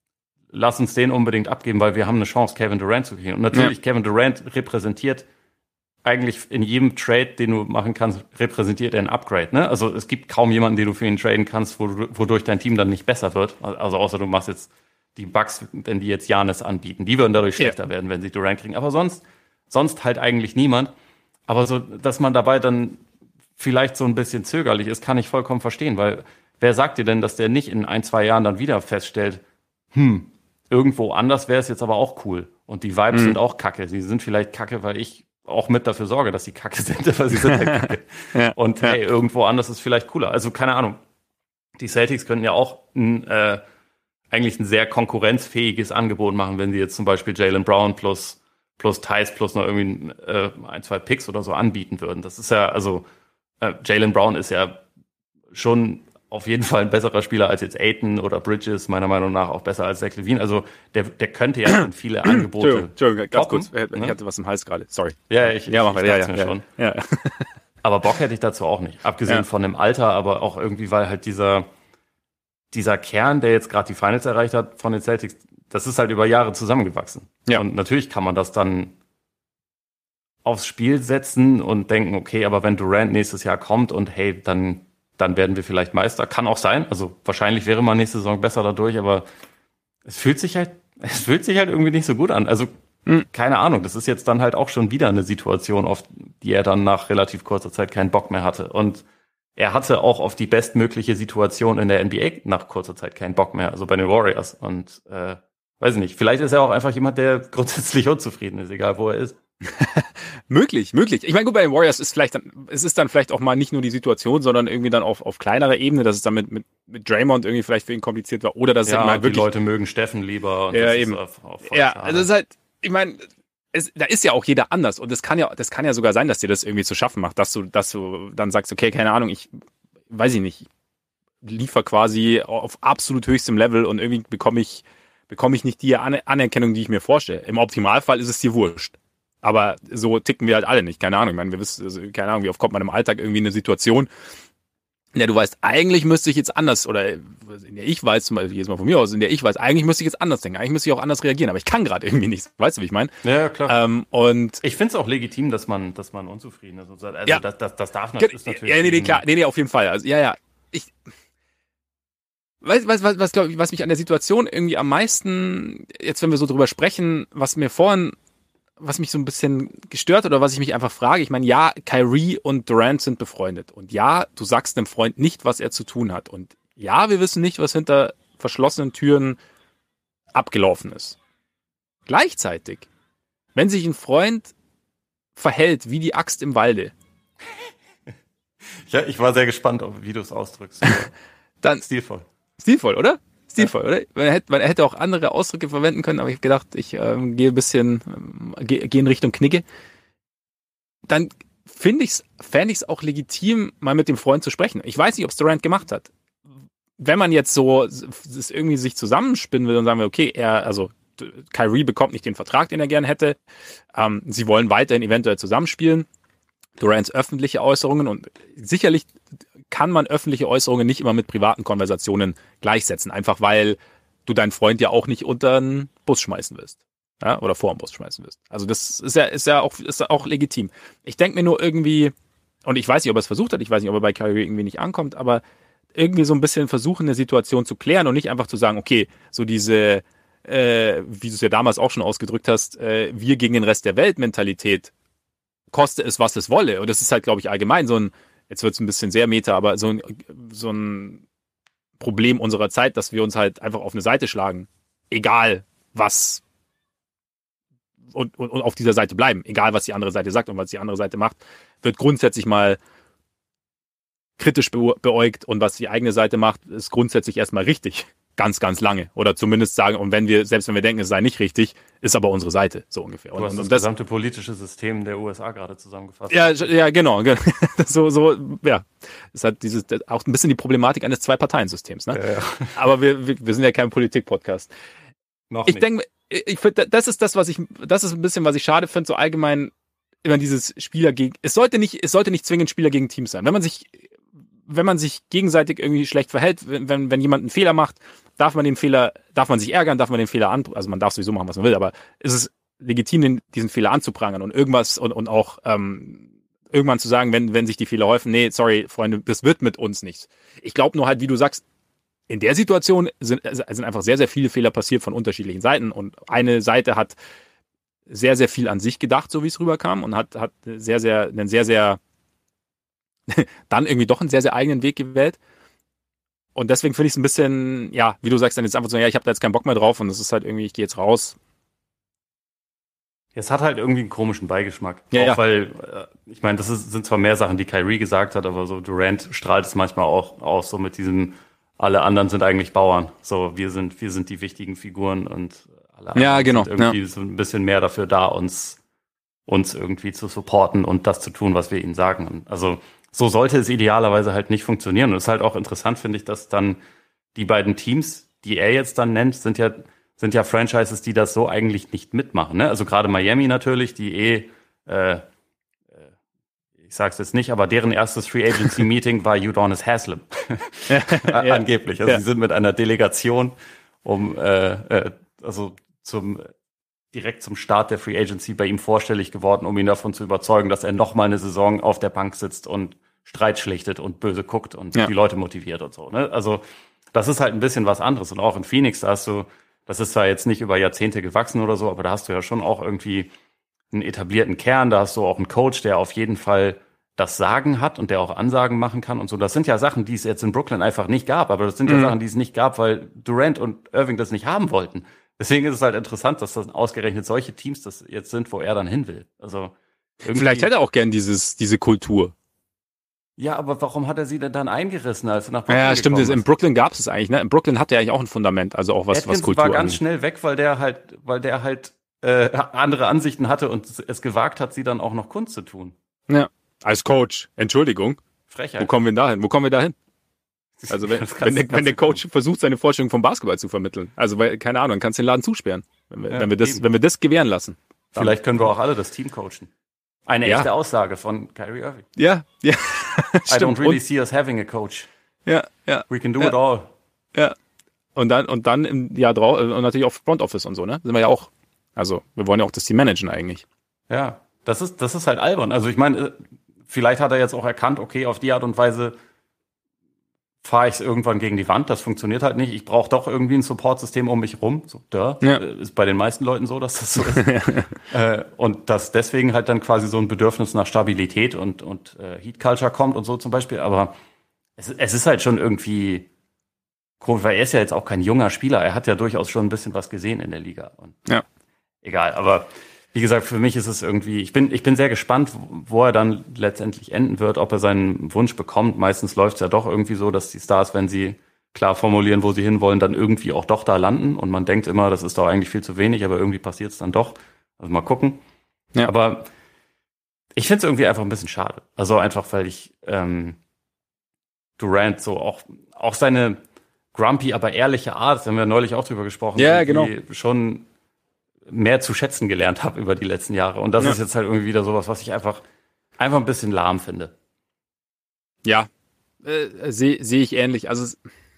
lass uns den unbedingt abgeben, weil wir haben eine Chance, Kevin Durant zu kriegen. Und natürlich, ja. Kevin Durant repräsentiert eigentlich in jedem Trade, den du machen kannst, repräsentiert er ein Upgrade. Ne? Also es gibt kaum jemanden, den du für ihn traden kannst, wodurch dein Team dann nicht besser wird. Also außer du machst jetzt die Bucks, wenn die jetzt Giannis anbieten. Die würden dadurch schlechter ja. werden, wenn sie Durant kriegen. Aber sonst, sonst halt eigentlich niemand. Aber so, dass man dabei dann vielleicht so ein bisschen zögerlich ist, kann ich vollkommen verstehen. Weil wer sagt dir denn, dass der nicht in ein, zwei Jahren dann wieder feststellt, hm, irgendwo anders wäre es jetzt aber auch cool. Und die Vibes mhm. sind auch kacke. Sie sind vielleicht kacke, weil ich auch mit dafür sorge, dass sie kacke sind, aber sie sind halt kacke. ja, und hey, ja. irgendwo anders ist vielleicht cooler. Also keine Ahnung. Die Celtics könnten ja auch ein, äh, eigentlich ein sehr konkurrenzfähiges Angebot machen, wenn sie jetzt zum Beispiel Jaylen Brown plus plus Theis plus noch irgendwie äh, ein, zwei Picks oder so anbieten würden. Das ist ja, also äh, Jaylen Brown ist ja schon auf jeden Fall ein besserer Spieler als jetzt Ayton oder Bridges, meiner Meinung nach auch besser als Zach LaVine. Also der, der könnte ja in viele Angebote. Entschuldigung, Entschuldigung ganz kurz. Ich ne? hatte was im Hals gerade. Sorry. Ja, ich, ja, mach ich, ich ja, ja, mir ja, schon. Ja. Aber Bock hätte ich dazu auch nicht. Abgesehen ja. von dem Alter, aber auch irgendwie, weil halt dieser, dieser Kern, der jetzt gerade die Finals erreicht hat von den Celtics, das ist halt über Jahre zusammengewachsen. Ja. Und natürlich kann man das dann aufs Spiel setzen und denken, okay, aber wenn Durant nächstes Jahr kommt und hey, dann, dann werden wir vielleicht Meister. Kann auch sein. Also wahrscheinlich wäre man nächste Saison besser dadurch, aber es fühlt sich halt, es fühlt sich halt irgendwie nicht so gut an. Also hm. keine Ahnung, das ist jetzt dann halt auch schon wieder eine Situation, auf die er dann nach relativ kurzer Zeit keinen Bock mehr hatte. Und er hatte auch auf die bestmögliche Situation in der N B A nach kurzer Zeit keinen Bock mehr, also bei den Warriors. Und äh, weiß ich nicht, vielleicht ist er auch einfach jemand, der grundsätzlich unzufrieden ist, egal wo er ist. möglich, möglich. Ich meine, gut, bei den Warriors ist vielleicht dann, es ist dann vielleicht auch mal nicht nur die Situation, sondern irgendwie dann auf, auf kleinerer Ebene, dass es dann mit, mit, mit Draymond irgendwie vielleicht für ihn kompliziert war oder dass ja, es halt wirklich die Leute mögen Steffen lieber. Und ja, das eben. Ist auf, auf ja, also es ist halt, ich meine, es, da ist ja auch jeder anders und das kann ja, das kann ja sogar sein, dass dir das irgendwie zu schaffen macht, dass du, dass du dann sagst, okay, keine Ahnung, ich weiß ich nicht, liefer quasi auf absolut höchstem Level und irgendwie bekomme ich, bekomme ich nicht die Anerkennung, die ich mir vorstelle. Im Optimalfall ist es dir wurscht. Aber so ticken wir halt alle nicht. Keine Ahnung. Ich meine, wir wissen, also, keine Ahnung, wie oft kommt man im Alltag irgendwie in eine Situation, in der du weißt, eigentlich müsste ich jetzt anders, oder in der ich weiß, zum Beispiel jetzt mal von mir aus, in der ich weiß, eigentlich müsste ich jetzt anders denken, eigentlich müsste ich auch anders reagieren, aber ich kann gerade irgendwie nicht. Weißt du, wie ich meine? Ja, klar. Ähm, und ich finde es auch legitim, dass man, dass man unzufrieden ist. Also ja. das, das, das darf natürlich. Ja, nee, nee, klar, nee, nee, auf jeden Fall. Also, ja, ja. Ich. Weißt du, was, was, was, glaub ich, was mich an der Situation irgendwie am meisten, jetzt wenn wir so drüber sprechen, was mir vorhin, was mich so ein bisschen gestört oder was ich mich einfach frage, ich meine, ja, Kyrie und Durant sind befreundet und ja, du sagst dem Freund nicht, was er zu tun hat und ja, wir wissen nicht, was hinter verschlossenen Türen abgelaufen ist. Gleichzeitig, wenn sich ein Freund verhält wie die Axt im Walde. Ja, ich war sehr gespannt, wie du es ausdrückst. Dann stilvoll. Stilvoll, oder? Stilvoll, oder? Man hätte, man hätte auch andere Ausdrücke verwenden können, aber ich habe gedacht, ich ähm, gehe ein bisschen, ähm, gehe geh in Richtung Knigge. Dann finde ich's, fände ich es auch legitim, mal mit dem Freund zu sprechen. Ich weiß nicht, ob es Durant gemacht hat. Wenn man jetzt so es irgendwie sich zusammenspinnen will und sagen wir, okay, er, also Kyrie bekommt nicht den Vertrag, den er gerne hätte. Ähm, sie wollen weiterhin eventuell zusammenspielen. Durants öffentliche Äußerungen und sicherlich kann man öffentliche Äußerungen nicht immer mit privaten Konversationen gleichsetzen, einfach weil du deinen Freund ja auch nicht unter den Bus schmeißen willst, ja, oder vor den Bus schmeißen willst. Also das ist ja ist ja auch ist auch legitim. Ich denke mir nur irgendwie, und ich weiß nicht, ob er es versucht hat, ich weiß nicht, ob er bei Kyrie irgendwie nicht ankommt, aber irgendwie so ein bisschen versuchen, eine Situation zu klären und nicht einfach zu sagen, okay, so diese, äh, wie du es ja damals auch schon ausgedrückt hast, äh, wir gegen den Rest der Welt Mentalität, koste es, was es wolle. Und das ist halt, glaube ich, allgemein so ein, jetzt wird es ein bisschen sehr meta, aber so ein, so ein Problem unserer Zeit, dass wir uns halt einfach auf eine Seite schlagen. Egal, was und, und, und auf dieser Seite bleiben. Egal, was die andere Seite sagt und was die andere Seite macht, wird grundsätzlich mal kritisch beäugt und was die eigene Seite macht, ist grundsätzlich erstmal richtig. Ganz, ganz lange. Oder zumindest sagen, und wenn wir, selbst wenn wir denken, es sei nicht richtig, ist aber unsere Seite, so ungefähr. Du hast und, das, und das gesamte politische System der U S A gerade zusammengefasst. Ja, ja, genau. so, so, ja. Es hat dieses, auch ein bisschen die Problematik eines Zwei-Parteien-Systems, ne? Ja, ja. Aber wir, wir, wir sind ja kein Politik-Podcast. Noch ich nicht. denke, ich finde, das ist das, was ich, das ist ein bisschen, was ich schade finde, so allgemein immer dieses Spieler gegen, es sollte nicht, es sollte nicht zwingend Spieler gegen Teams sein. Wenn man sich, wenn man sich gegenseitig irgendwie schlecht verhält, wenn, wenn jemand einen Fehler macht, darf man den Fehler, darf man sich ärgern, darf man den Fehler an, also man darf sowieso machen, was man will, aber ist es legitim, den, diesen Fehler anzuprangern und irgendwas und, und auch ähm, irgendwann zu sagen, wenn, wenn sich die Fehler häufen, nee, sorry, Freunde, das wird mit uns nichts. Ich glaube nur halt, wie du sagst, in der Situation sind, sind einfach sehr, sehr viele Fehler passiert von unterschiedlichen Seiten und eine Seite hat sehr, sehr viel an sich gedacht, so wie es rüberkam und hat, hat sehr, sehr, einen sehr, sehr dann irgendwie doch einen sehr, sehr eigenen Weg gewählt. Und deswegen finde ich es ein bisschen, ja, wie du sagst, dann jetzt einfach so, ja, ich habe da jetzt keinen Bock mehr drauf und es ist halt irgendwie, ich gehe jetzt raus. Es hat halt irgendwie einen komischen Beigeschmack. Ja, auch ja. weil, äh, ich meine, das ist, sind zwar mehr Sachen, die Kyrie gesagt hat, aber so Durant strahlt es manchmal auch aus, so mit diesem, alle anderen sind eigentlich Bauern. So, wir sind, wir sind die wichtigen Figuren und alle anderen ja, genau, sind irgendwie ja. so ein bisschen mehr dafür da, uns, uns irgendwie zu supporten und das zu tun, was wir ihnen sagen. Also, so sollte es idealerweise halt nicht funktionieren. Und es ist halt auch interessant, finde ich, dass dann die beiden Teams, die er jetzt dann nennt, sind ja, sind ja Franchises, die das so eigentlich nicht mitmachen. Ne? Also gerade Miami natürlich, die eh, äh, ich sag's jetzt nicht, aber deren erstes Free Agency Meeting war Udonis Haslem. ja. Angeblich. Also ja. Sie sind mit einer Delegation um, äh, äh, also zum direkt zum Start der Free Agency bei ihm vorstellig geworden, um ihn davon zu überzeugen, dass er noch mal eine Saison auf der Bank sitzt und Streit schlichtet und böse guckt und ja. die Leute motiviert und so. Ne? Also das ist halt ein bisschen was anderes. Und auch in Phoenix, da hast du, das ist zwar jetzt nicht über Jahrzehnte gewachsen oder so, aber da hast du ja schon auch irgendwie einen etablierten Kern, da hast du auch einen Coach, der auf jeden Fall das Sagen hat und der auch Ansagen machen kann und so. Das sind ja Sachen, die es jetzt in Brooklyn einfach nicht gab, aber das sind ja mhm. Sachen, die es nicht gab, weil Durant und Irving das nicht haben wollten. Deswegen ist es halt interessant, dass das ausgerechnet solche Teams das jetzt sind, wo er dann hin will. Also vielleicht hätte er auch gern dieses, diese Kultur. Ja, aber warum hat er sie denn dann eingerissen, als er nach Brooklyn Ja, stimmt. gekommen ist? In Brooklyn gab es es eigentlich. Ne? In Brooklyn hat er eigentlich auch ein Fundament, also auch was, Atkins was Kultur war ganz angeht. schnell weg, weil der halt, weil der halt äh, andere Ansichten hatte und es gewagt hat, sie dann auch noch Kunst zu tun. Ja, als Coach. Entschuldigung. Frechheit. Wo kommen wir denn dahin? Wo kommen wir dahin? Also wenn, wenn, der, wenn der Coach versucht, seine Vorstellung vom Basketball zu vermitteln. Also weil, keine Ahnung, dann kannst du den Laden zusperren. Wenn wir, ja, wenn wir das, eben. wenn wir das gewähren lassen. Dann. Vielleicht können wir auch alle das Team coachen. Eine ja. echte Aussage von Kyrie Irving. Ja, ja. I don't really und, see us having a coach. Ja, ja. We can do ja. it all. Ja. Und dann, und dann im Jahr drauf, und natürlich auch Front Office und so, ne? Sind wir ja auch. Also, wir wollen ja auch das Team managen eigentlich. Ja, das ist, das ist halt albern. Also, ich meine, vielleicht hat er jetzt auch erkannt, okay, auf die Art und Weise fahre ich es irgendwann gegen die Wand. Das funktioniert halt nicht. Ich brauche doch irgendwie ein Support-System um mich rum. So, da ja. ist bei den meisten Leuten so, dass das so ist. äh, und dass deswegen halt dann quasi so ein Bedürfnis nach Stabilität und, und äh, Heat-Culture kommt und so zum Beispiel. Aber es, es ist halt schon irgendwie komisch, weil er ist ja jetzt auch kein junger Spieler. Er hat ja durchaus schon ein bisschen was gesehen in der Liga. Und ja. Egal, aber wie gesagt, für mich ist es irgendwie, ich bin, ich bin sehr gespannt, wo er dann letztendlich enden wird, ob er seinen Wunsch bekommt. Meistens läuft es ja doch irgendwie so, dass die Stars, wenn sie klar formulieren, wo sie hinwollen, dann irgendwie auch doch da landen. Und man denkt immer, das ist doch eigentlich viel zu wenig, aber irgendwie passiert es dann doch. Also mal gucken. Ja. Aber ich finde es irgendwie einfach ein bisschen schade. Also einfach, weil ich ähm, Durant so auch, auch seine grumpy, aber ehrliche Art, das haben wir neulich auch drüber gesprochen, ja, genau. schon mehr zu schätzen gelernt habe über die letzten Jahre. Und das ja. ist jetzt halt irgendwie wieder sowas, was ich einfach, einfach ein bisschen lahm finde. Ja, äh, sehe seh ich ähnlich. Also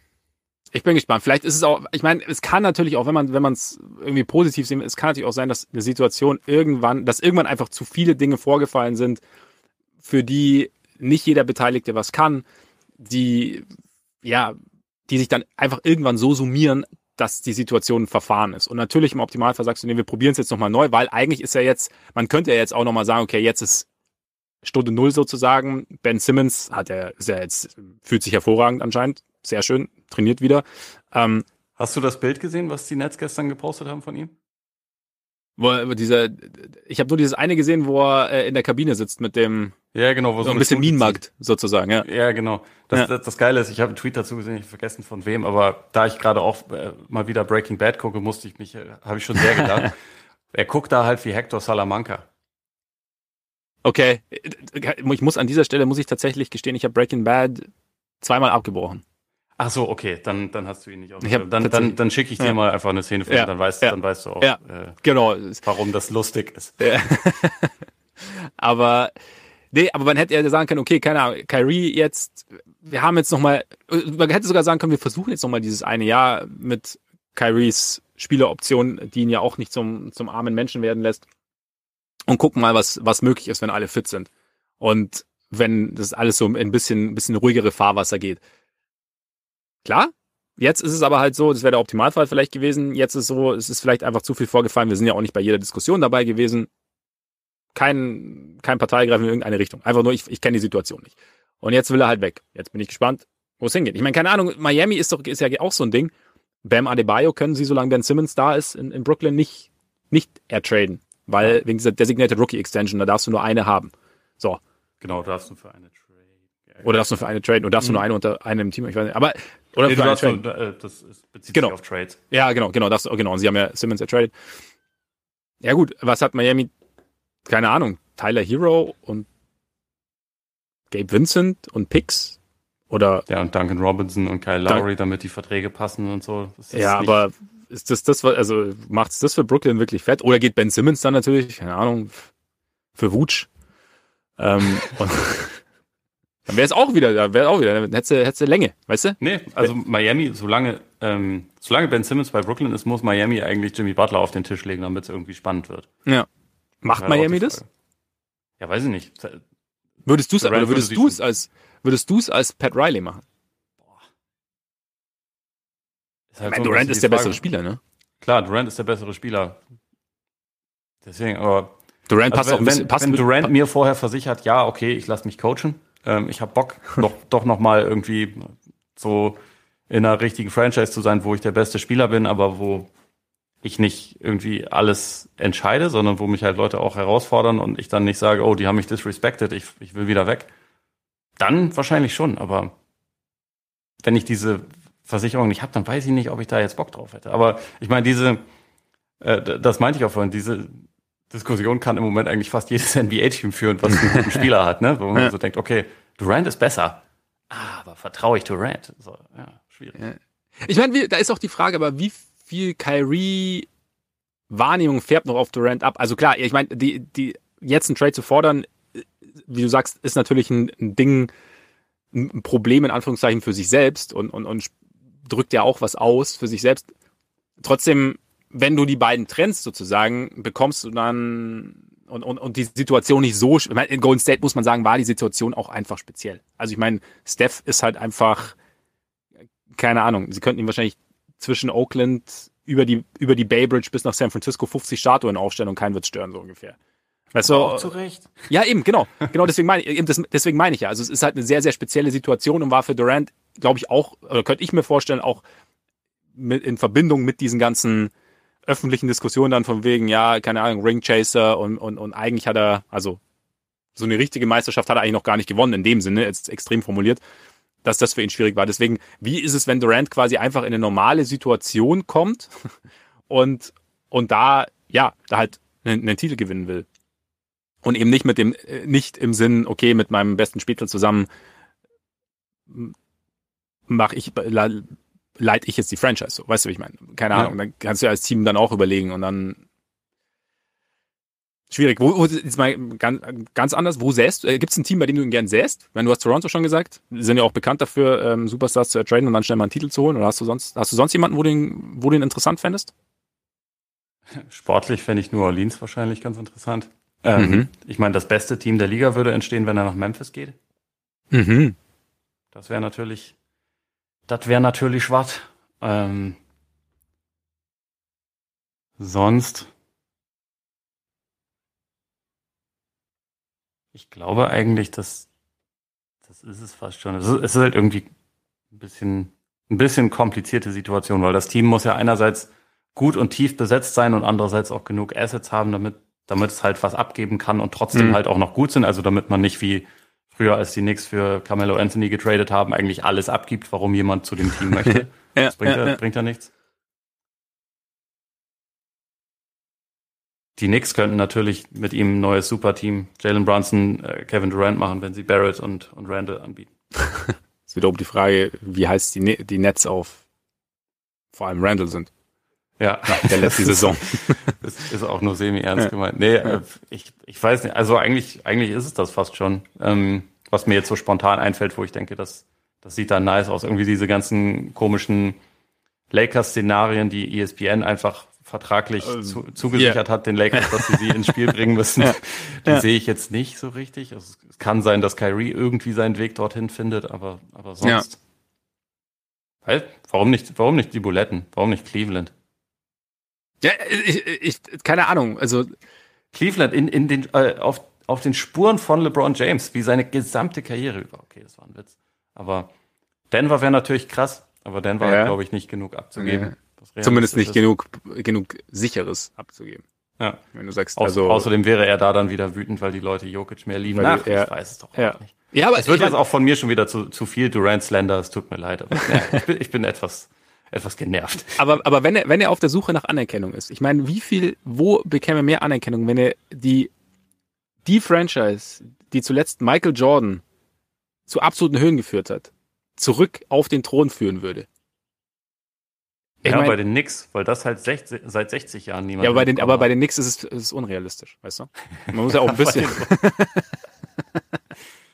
ich bin gespannt. Vielleicht ist es auch, ich meine, es kann natürlich auch, wenn man wenn man es irgendwie positiv sieht, es kann natürlich auch sein, dass eine Situation irgendwann, dass irgendwann einfach zu viele Dinge vorgefallen sind, für die nicht jeder Beteiligte was kann, die, ja, die sich dann einfach irgendwann so summieren, dass die Situation ein Verfahren ist. Und natürlich im Optimalfall sagst du, nee, wir probieren es jetzt nochmal neu, weil eigentlich ist ja jetzt, man könnte ja jetzt auch nochmal sagen, okay, jetzt ist Stunde Null sozusagen. Ben Simmons hat ja, ist ja jetzt, fühlt sich hervorragend anscheinend, sehr schön, trainiert wieder. Ähm, Hast du das Bild gesehen, was die Nets gestern gepostet haben von ihm? Wo dieser, ich habe nur dieses eine gesehen, wo er äh, in der Kabine sitzt mit dem, ja genau, wo so, so ein bisschen Minenmarkt sozusagen, ja. Ja, genau. Das, ja. das, das Geile ist, ich habe einen Tweet dazu gesehen, ich habe vergessen von wem, aber da ich gerade auch äh, mal wieder Breaking Bad gucke, musste ich mich, äh, habe ich schon sehr gedacht. Er guckt da halt wie Hector Salamanca. Okay, ich muss an dieser Stelle muss ich tatsächlich gestehen, ich habe Breaking Bad zweimal abgebrochen. Ach so, okay, dann, dann hast du ihn nicht aufgeschrieben. Dann, dann, dann schicke ich dir ja. mal einfach eine Szene von, ja. dann weißt, ja. dann weißt du auch, ja. äh, genau. warum das lustig ist. Ja. aber, nee, aber man hätte ja sagen können, okay, keine Ahnung, Kyrie jetzt, wir haben jetzt nochmal, man hätte sogar sagen können, wir versuchen jetzt nochmal dieses eine Jahr mit Kyries Spieleroption, die ihn ja auch nicht zum, zum armen Menschen werden lässt, und gucken mal, was, was möglich ist, wenn alle fit sind. Und wenn das alles so ein bisschen, ein bisschen ruhigere Fahrwasser geht. Klar, jetzt ist es aber halt so, das wäre der Optimalfall vielleicht gewesen, jetzt ist es so, es ist vielleicht einfach zu viel vorgefallen, wir sind ja auch nicht bei jeder Diskussion dabei gewesen, kein, kein Parteigreifen in irgendeine Richtung, einfach nur, ich, ich kenne die Situation nicht. Und jetzt will er halt weg, jetzt bin ich gespannt, wo es hingeht. Ich meine, keine Ahnung, Miami ist doch ist ja auch so ein Ding, Bam Adebayo können sie, solange Ben Simmons da ist, in, in Brooklyn nicht, nicht ertraden, weil wegen dieser Designated Rookie Extension, da darfst du nur eine haben. So. Genau, darfst du für eine Trade. Oder darfst du für eine traden und darfst du mhm. nur eine unter einem Team, ich weiß nicht, aber oder nee, für eine Trade. Nur, das ist, bezieht genau. sich auf Trades. Ja, genau, genau, das, genau. Und sie haben ja Simmons ertradet. Ja gut, was hat Miami? Keine Ahnung. Tyler Hero und Gabe Vincent und Picks oder ja und Duncan Robinson und Kyle Lowry, Dun- damit die Verträge passen und so. Das ist ja, aber ist das das, also macht's das für Brooklyn wirklich fett? Oder geht Ben Simmons dann natürlich? Keine Ahnung. Für Vooch. Ähm, und dann wäre es auch wieder, da wäre auch wieder, dann hättest du, hättest du Länge, weißt du? Nee, also Miami, solange ähm, solange Ben Simmons bei Brooklyn ist, muss Miami eigentlich Jimmy Butler auf den Tisch legen, damit es irgendwie spannend wird. Ja. Macht Miami das? Ja, weiß ich nicht. Würdest du es oder würdest du es als würdest du es als Pat Riley machen? Boah. Halt ich meine, so Durant ist der Frage. bessere Spieler, ne? Klar, Durant ist der bessere Spieler. Deswegen, aber Durant passt also, auch ein bisschen, wenn, wenn Durant mir vorher versichert, ja, okay, ich lasse mich coachen, ähm, ich habe Bock, doch, doch noch mal irgendwie so in einer richtigen Franchise zu sein, wo ich der beste Spieler bin, aber wo ich nicht irgendwie alles entscheide, sondern wo mich halt Leute auch herausfordern und ich dann nicht sage, oh, die haben mich disrespected, ich, ich will wieder weg. Dann wahrscheinlich schon, aber wenn ich diese Versicherung nicht habe, dann weiß ich nicht, ob ich da jetzt Bock drauf hätte. Aber ich meine, diese, äh, das meinte ich auch vorhin, diese Diskussion kann im Moment eigentlich fast jedes N B A-Team führen, was einen guten Spieler hat, ne? Wo man ja. so denkt, okay, Durant ist besser, ah, aber vertraue ich Durant? So, ja, schwierig. Ja. Ich meine, da ist auch die Frage, aber wie viel Kyrie-Wahrnehmung färbt noch auf Durant ab? Also klar, ich meine, die, die jetzt einen Trade zu fordern, wie du sagst, ist natürlich ein, ein Ding, ein Problem in Anführungszeichen für sich selbst und, und, und drückt ja auch was aus für sich selbst. Trotzdem, wenn du die beiden trennst sozusagen, bekommst du dann und, und, und die Situation nicht so, ich meine, in Golden State muss man sagen, war die Situation auch einfach speziell. Also ich meine, Steph ist halt einfach, keine Ahnung, sie könnten ihn wahrscheinlich zwischen Oakland über die, über die Bay Bridge bis nach San Francisco fünfzig Statuen aufstellen und keinen wird stören, so ungefähr. Weißt du, auch zu Recht. Ja, eben, genau. Genau, deswegen meine ich, deswegen meine ich ja. Also es ist halt eine sehr, sehr spezielle Situation und war für Durant, glaube ich, auch, oder könnte ich mir vorstellen, auch mit, in Verbindung mit diesen ganzen öffentlichen Diskussionen dann von wegen, ja, keine Ahnung, Ringchaser und, und, und eigentlich hat er, also so eine richtige Meisterschaft hat er eigentlich noch gar nicht gewonnen, in dem Sinne, jetzt extrem formuliert, dass das für ihn schwierig war. Deswegen, wie ist es, wenn Durant quasi einfach in eine normale Situation kommt und, und da, ja, da halt einen, einen Titel gewinnen will? Und eben nicht mit dem, nicht im Sinn, okay, mit meinem besten Spieler zusammen mache ich, leite ich jetzt die Franchise, so, weißt du, wie ich meine? Keine Ahnung, ja. Dann kannst du ja als Team dann auch überlegen und dann schwierig. Wo, wo jetzt mal ganz, ganz anders, wo säst, äh, gibt es ein Team, bei dem du ihn gern säst? Wenn du hast Toronto schon gesagt, die sind ja auch bekannt dafür, ähm, Superstars zu ertraden und dann schnell mal einen Titel zu holen, oder hast du sonst, hast du sonst jemanden, wo du ihn, wo du ihn interessant fändest? Sportlich fände ich New Orleans wahrscheinlich ganz interessant. Ähm, mhm. Ich meine, das beste Team der Liga würde entstehen, wenn er nach Memphis geht. Mhm. Das wäre natürlich, das wäre natürlich schwarz. Ähm, sonst, ich glaube eigentlich, dass, das ist es fast schon. Es ist, es ist halt irgendwie ein bisschen, ein bisschen komplizierte Situation, weil das Team muss ja einerseits gut und tief besetzt sein und andererseits auch genug Assets haben, damit damit es halt was abgeben kann und trotzdem mhm. halt auch noch gut sind. Also damit man nicht wie früher, als die Knicks für Carmelo Anthony getradet haben, eigentlich alles abgibt, warum jemand zu dem Team möchte. ja, das bringt ja, ja, ja. bringt ja nichts. Die Knicks könnten natürlich mit ihm ein neues Superteam, Jalen Brunson, äh, Kevin Durant machen, wenn sie Barrett und, und Randall anbieten. Es wird auch die Frage, wie heiß die, die Nets auf vor allem Randall sind. Ja, nach der letzten Saison. Das ist auch nur semi-ernst ja. gemeint. Nee, ja. ich, ich weiß nicht, also eigentlich, eigentlich ist es das fast schon. Ähm, was mir jetzt so spontan einfällt, wo ich denke, das, das sieht dann nice aus. Irgendwie diese ganzen komischen Lakers-Szenarien, die E S P N einfach vertraglich uh, zu, zugesichert yeah. hat, den Lakers, dass sie sie ins Spiel bringen müssen. Ja. Die ja. sehe ich jetzt nicht so richtig. Also, es kann sein, dass Kyrie irgendwie seinen Weg dorthin findet, aber, aber sonst. Ja. Weil, warum nicht, warum nicht die Buletten? Warum nicht Cleveland? Ja, ich, ich, keine Ahnung, also Cleveland in, in den, äh, auf, auf den Spuren von LeBron James, wie seine gesamte Karriere über. Okay, das war ein Witz. Aber Denver wäre natürlich krass, aber Denver ja. hat, glaube ich, nicht genug abzugeben. Ja. Zumindest nicht genug, genug Sicheres abzugeben. Ja. Wenn du sagst, Au- also. Außerdem wäre er da dann wieder wütend, weil die Leute Jokic mehr lieben. Ach, ja. ich weiß es doch ja. nicht. Ja, aber es wird jetzt auch von mir schon wieder zu, zu viel Durant-Slender, es tut mir leid. Aber ja, ich, bin, ich bin etwas... etwas genervt. Aber, aber wenn er, wenn er auf der Suche nach Anerkennung ist, ich meine, wie viel, wo bekäme er mehr Anerkennung, wenn er die, die Franchise, die zuletzt Michael Jordan zu absoluten Höhen geführt hat, zurück auf den Thron führen würde? Ich ja, mein, bei den Knicks, weil das halt sechzig, seit sechzig Jahren niemand. Ja, aber bei den, aber bei den Knicks ist es, ist es unrealistisch, weißt du? Man muss ja auch ein bisschen.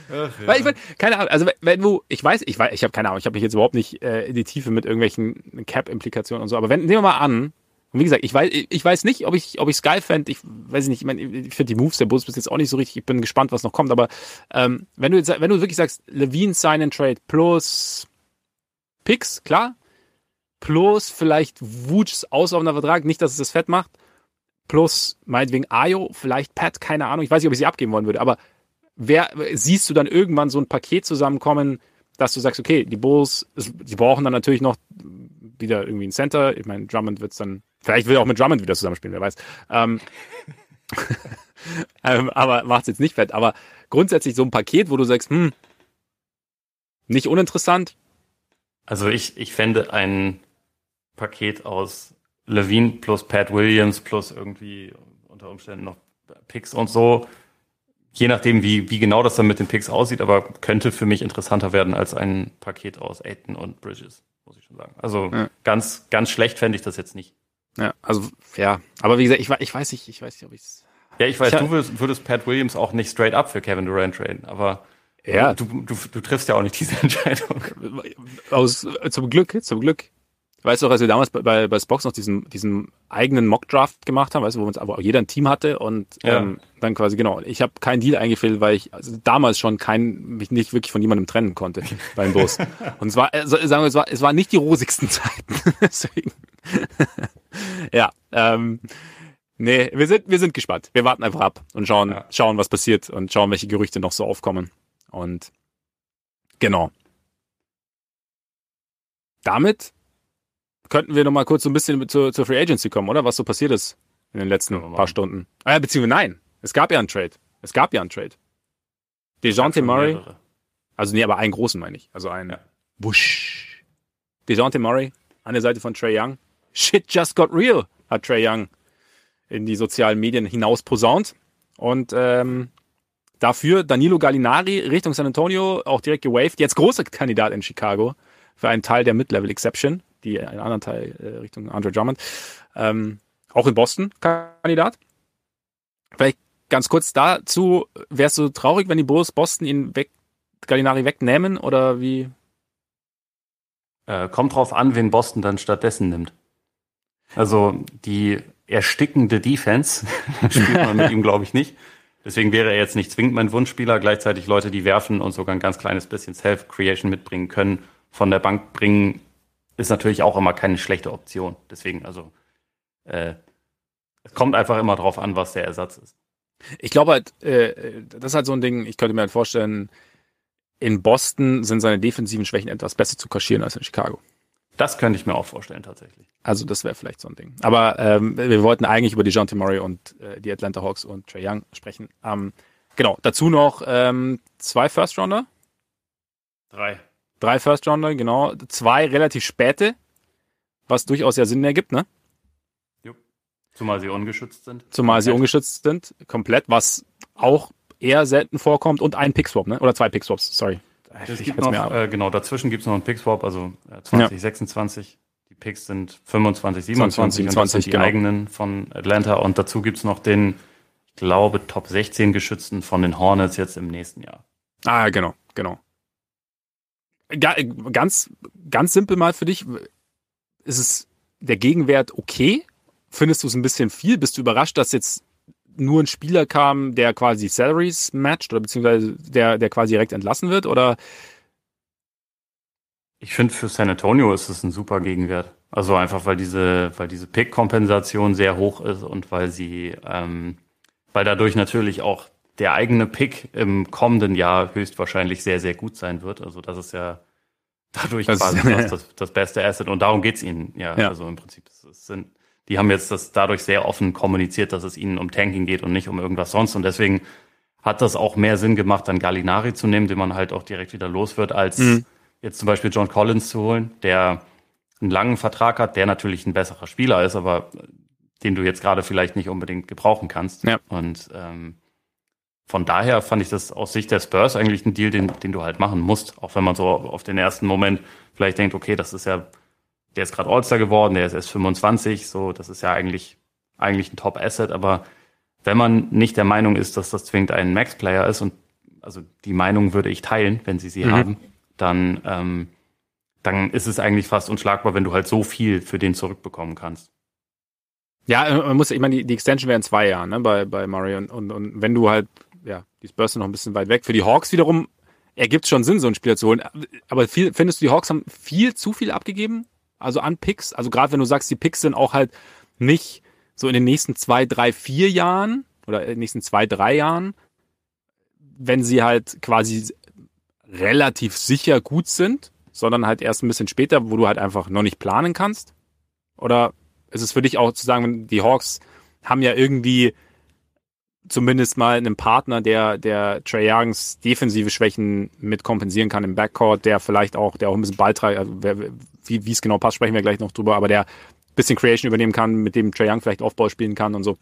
Ach, ja. Weil ich, keine Ahnung, also wenn du, ich weiß, ich weiß, ich habe keine Ahnung, ich habe mich jetzt überhaupt nicht äh, in die Tiefe mit irgendwelchen Cap-Implikationen und so, aber wenn, nehmen wir mal an, und wie gesagt, ich weiß, ich weiß nicht, ob ich, ob ich es geil fände, ich weiß nicht, ich meine, ich finde die Moves der Bulls bis jetzt auch nicht so richtig, ich bin gespannt, was noch kommt, aber ähm, wenn du jetzt, wenn du wirklich sagst, Levine Sign and Trade plus Picks, klar, plus vielleicht Wutschs auslaufender Vertrag, nicht, dass es das fett macht, plus meinetwegen Ayo, vielleicht Pat, keine Ahnung, ich weiß nicht, ob ich sie abgeben wollen würde, aber wer, siehst du dann irgendwann so ein Paket zusammenkommen, dass du sagst, okay, die Bulls, die brauchen dann natürlich noch wieder irgendwie einen Center, ich meine, Drummond wird es dann, vielleicht will er auch mit Drummond wieder zusammenspielen, wer weiß. Ähm, ähm, aber macht es jetzt nicht fett, aber grundsätzlich so ein Paket, wo du sagst, hm, nicht uninteressant. Also ich, ich fände ein Paket aus Levine plus Pat Williams plus irgendwie unter Umständen noch Picks und so, je nachdem, wie, wie genau das dann mit den Picks aussieht, aber könnte für mich interessanter werden als ein Paket aus Ayton und Bridges, muss ich schon sagen. Also ja. ganz, ganz schlecht fände ich das jetzt nicht. Ja, also ja, aber wie gesagt, ich, ich weiß nicht, ich weiß nicht, ob ich's. Ja, ich weiß, ich du würdest, würdest Pat Williams auch nicht straight up für Kevin Durant traden, aber ja. du, du, du triffst ja auch nicht diese Entscheidung. Aus, zum Glück, zum Glück. Weißt du auch, als wir damals bei, bei, bei Spox noch diesen, diesen eigenen Mock-Draft gemacht haben, weißt du, wo uns aber jeder ein Team hatte und ja. ähm, dann quasi, genau, ich habe keinen Deal eingefüllt, weil ich also damals schon kein, mich nicht wirklich von jemandem trennen konnte beim Bus. Und es war, also, sagen wir, es war, es waren nicht die rosigsten Zeiten. Deswegen. ja, ähm, nee, wir sind, wir sind gespannt. Wir warten einfach ab und schauen, ja. schauen, was passiert und schauen, welche Gerüchte noch so aufkommen. Und genau. Damit könnten wir noch mal kurz so ein bisschen zur, zur Free Agency kommen, oder? Was so passiert ist in den letzten ja, paar Stunden. Ah, ja, beziehungsweise nein. Es gab ja einen Trade. Es gab ja einen Trade. DeJounte Murray. Mehrere. Also nee, aber einen großen meine ich. Also einen. Ja. Wusch. DeJounte Murray an der Seite von Trae Young. Shit just got real, hat Trae Young in die sozialen Medien hinaus posaunt. Und ähm, dafür Danilo Gallinari Richtung San Antonio auch direkt gewaved. Jetzt großer Kandidat in Chicago für einen Teil der Mid-Level-Exception. Die einen anderen Teil äh, Richtung Andre Drummond. Ähm, auch in Boston Kandidat. Vielleicht ganz kurz dazu, wärst du traurig, wenn die Bulls Boston ihn weg, Gallinari wegnehmen oder wie? Äh, kommt drauf an, wen Boston dann stattdessen nimmt. Also die erstickende Defense spielt man mit ihm, glaube ich, nicht. Deswegen wäre er jetzt nicht zwingend mein Wunschspieler. Gleichzeitig Leute, die werfen und sogar ein ganz kleines bisschen Self-Creation mitbringen können, von der Bank bringen, ist natürlich auch immer keine schlechte Option. Deswegen, also, äh, es kommt einfach immer drauf an, was der Ersatz ist. Ich glaube halt, äh, das ist halt so ein Ding, ich könnte mir halt vorstellen, in Boston sind seine defensiven Schwächen etwas besser zu kaschieren als in Chicago. Das könnte ich mir auch vorstellen, tatsächlich. Also, das wäre vielleicht so ein Ding. Aber ähm, wir wollten eigentlich über DeJounte Murray und äh, die Atlanta Hawks und Trae Young sprechen. Ähm, genau, dazu noch ähm, zwei First-Rounder. Drei. Drei First-Rounder, genau. Zwei relativ späte, was durchaus ja Sinn ergibt, ne? Jo. Zumal sie ungeschützt sind. Zumal komplett. sie ungeschützt sind, komplett, was auch eher selten vorkommt. Und ein Pick-Swap, ne? Oder zwei Pick-Swaps, sorry. Es gibt noch, äh, genau, dazwischen gibt es noch einen Pick-Swap, also äh, zwanzig sechsundzwanzig. Ja. Die Picks sind fünfundzwanzig siebenundzwanzig und das sind die genau. eigenen von Atlanta. Und dazu gibt es noch den, ich glaube, Top sechzehn Geschützten von den Hornets jetzt im nächsten Jahr. Ah, genau, genau. Ganz, ganz simpel mal für dich, ist es der Gegenwert okay? Findest du es ein bisschen viel? Bist du überrascht, dass jetzt nur ein Spieler kam, der quasi Salaries matcht oder beziehungsweise der, der quasi direkt entlassen wird? Oder? Ich finde, für San Antonio ist es ein super Gegenwert. Also einfach, weil diese, weil diese Pick-Kompensation sehr hoch ist und weil sie, ähm, weil dadurch natürlich auch der eigene Pick im kommenden Jahr höchstwahrscheinlich sehr, sehr gut sein wird. Also das ist ja dadurch das quasi ist, das, das beste Asset. Und darum geht's ihnen. Ja, ja. Also im Prinzip, das, das sind, die haben jetzt das dadurch sehr offen kommuniziert, dass es ihnen um Tanking geht und nicht um irgendwas sonst. Und deswegen hat das auch mehr Sinn gemacht, dann Gallinari zu nehmen, den man halt auch direkt wieder los wird, als mhm. jetzt zum Beispiel John Collins zu holen, der einen langen Vertrag hat, der natürlich ein besserer Spieler ist, aber den du jetzt gerade vielleicht nicht unbedingt gebrauchen kannst. Ja. Und ähm, von daher fand ich das aus Sicht der Spurs eigentlich ein Deal, den, den du halt machen musst. Auch wenn man so auf den ersten Moment vielleicht denkt, okay, das ist ja, der ist gerade All-Star geworden, der ist erst fünfundzwanzig, so, das ist ja eigentlich, eigentlich ein Top-Asset. Aber wenn man nicht der Meinung ist, dass das zwingend ein Max-Player ist, und also die Meinung würde ich teilen, wenn sie sie mhm. haben, dann, ähm, dann ist es eigentlich fast unschlagbar, wenn du halt so viel für den zurückbekommen kannst. Ja, man muss, ich meine, die, die Extension wäre in zwei Jahren, ne, bei, bei Murray und, und, und wenn du halt, ja, die Spurs sind noch ein bisschen weit weg. Für die Hawks wiederum ergibt es schon Sinn, so einen Spieler zu holen. Aber viel, findest du, die Hawks haben viel zu viel abgegeben? Also an Picks? Also gerade wenn du sagst, die Picks sind auch halt nicht so in den nächsten zwei, drei, vier Jahren oder in den nächsten zwei, drei Jahren, wenn sie halt quasi relativ sicher gut sind, sondern halt erst ein bisschen später, wo du halt einfach noch nicht planen kannst? Oder ist es für dich auch zu sagen, die Hawks haben ja irgendwie zumindest mal einen Partner, der, der Trae Youngs defensive Schwächen mit kompensieren kann im Backcourt, der vielleicht auch, der auch ein bisschen Ballträger, also wer, wie, wie es genau passt, sprechen wir gleich noch drüber, aber der ein bisschen Creation übernehmen kann, mit dem Trae Young vielleicht Aufbau spielen kann und so.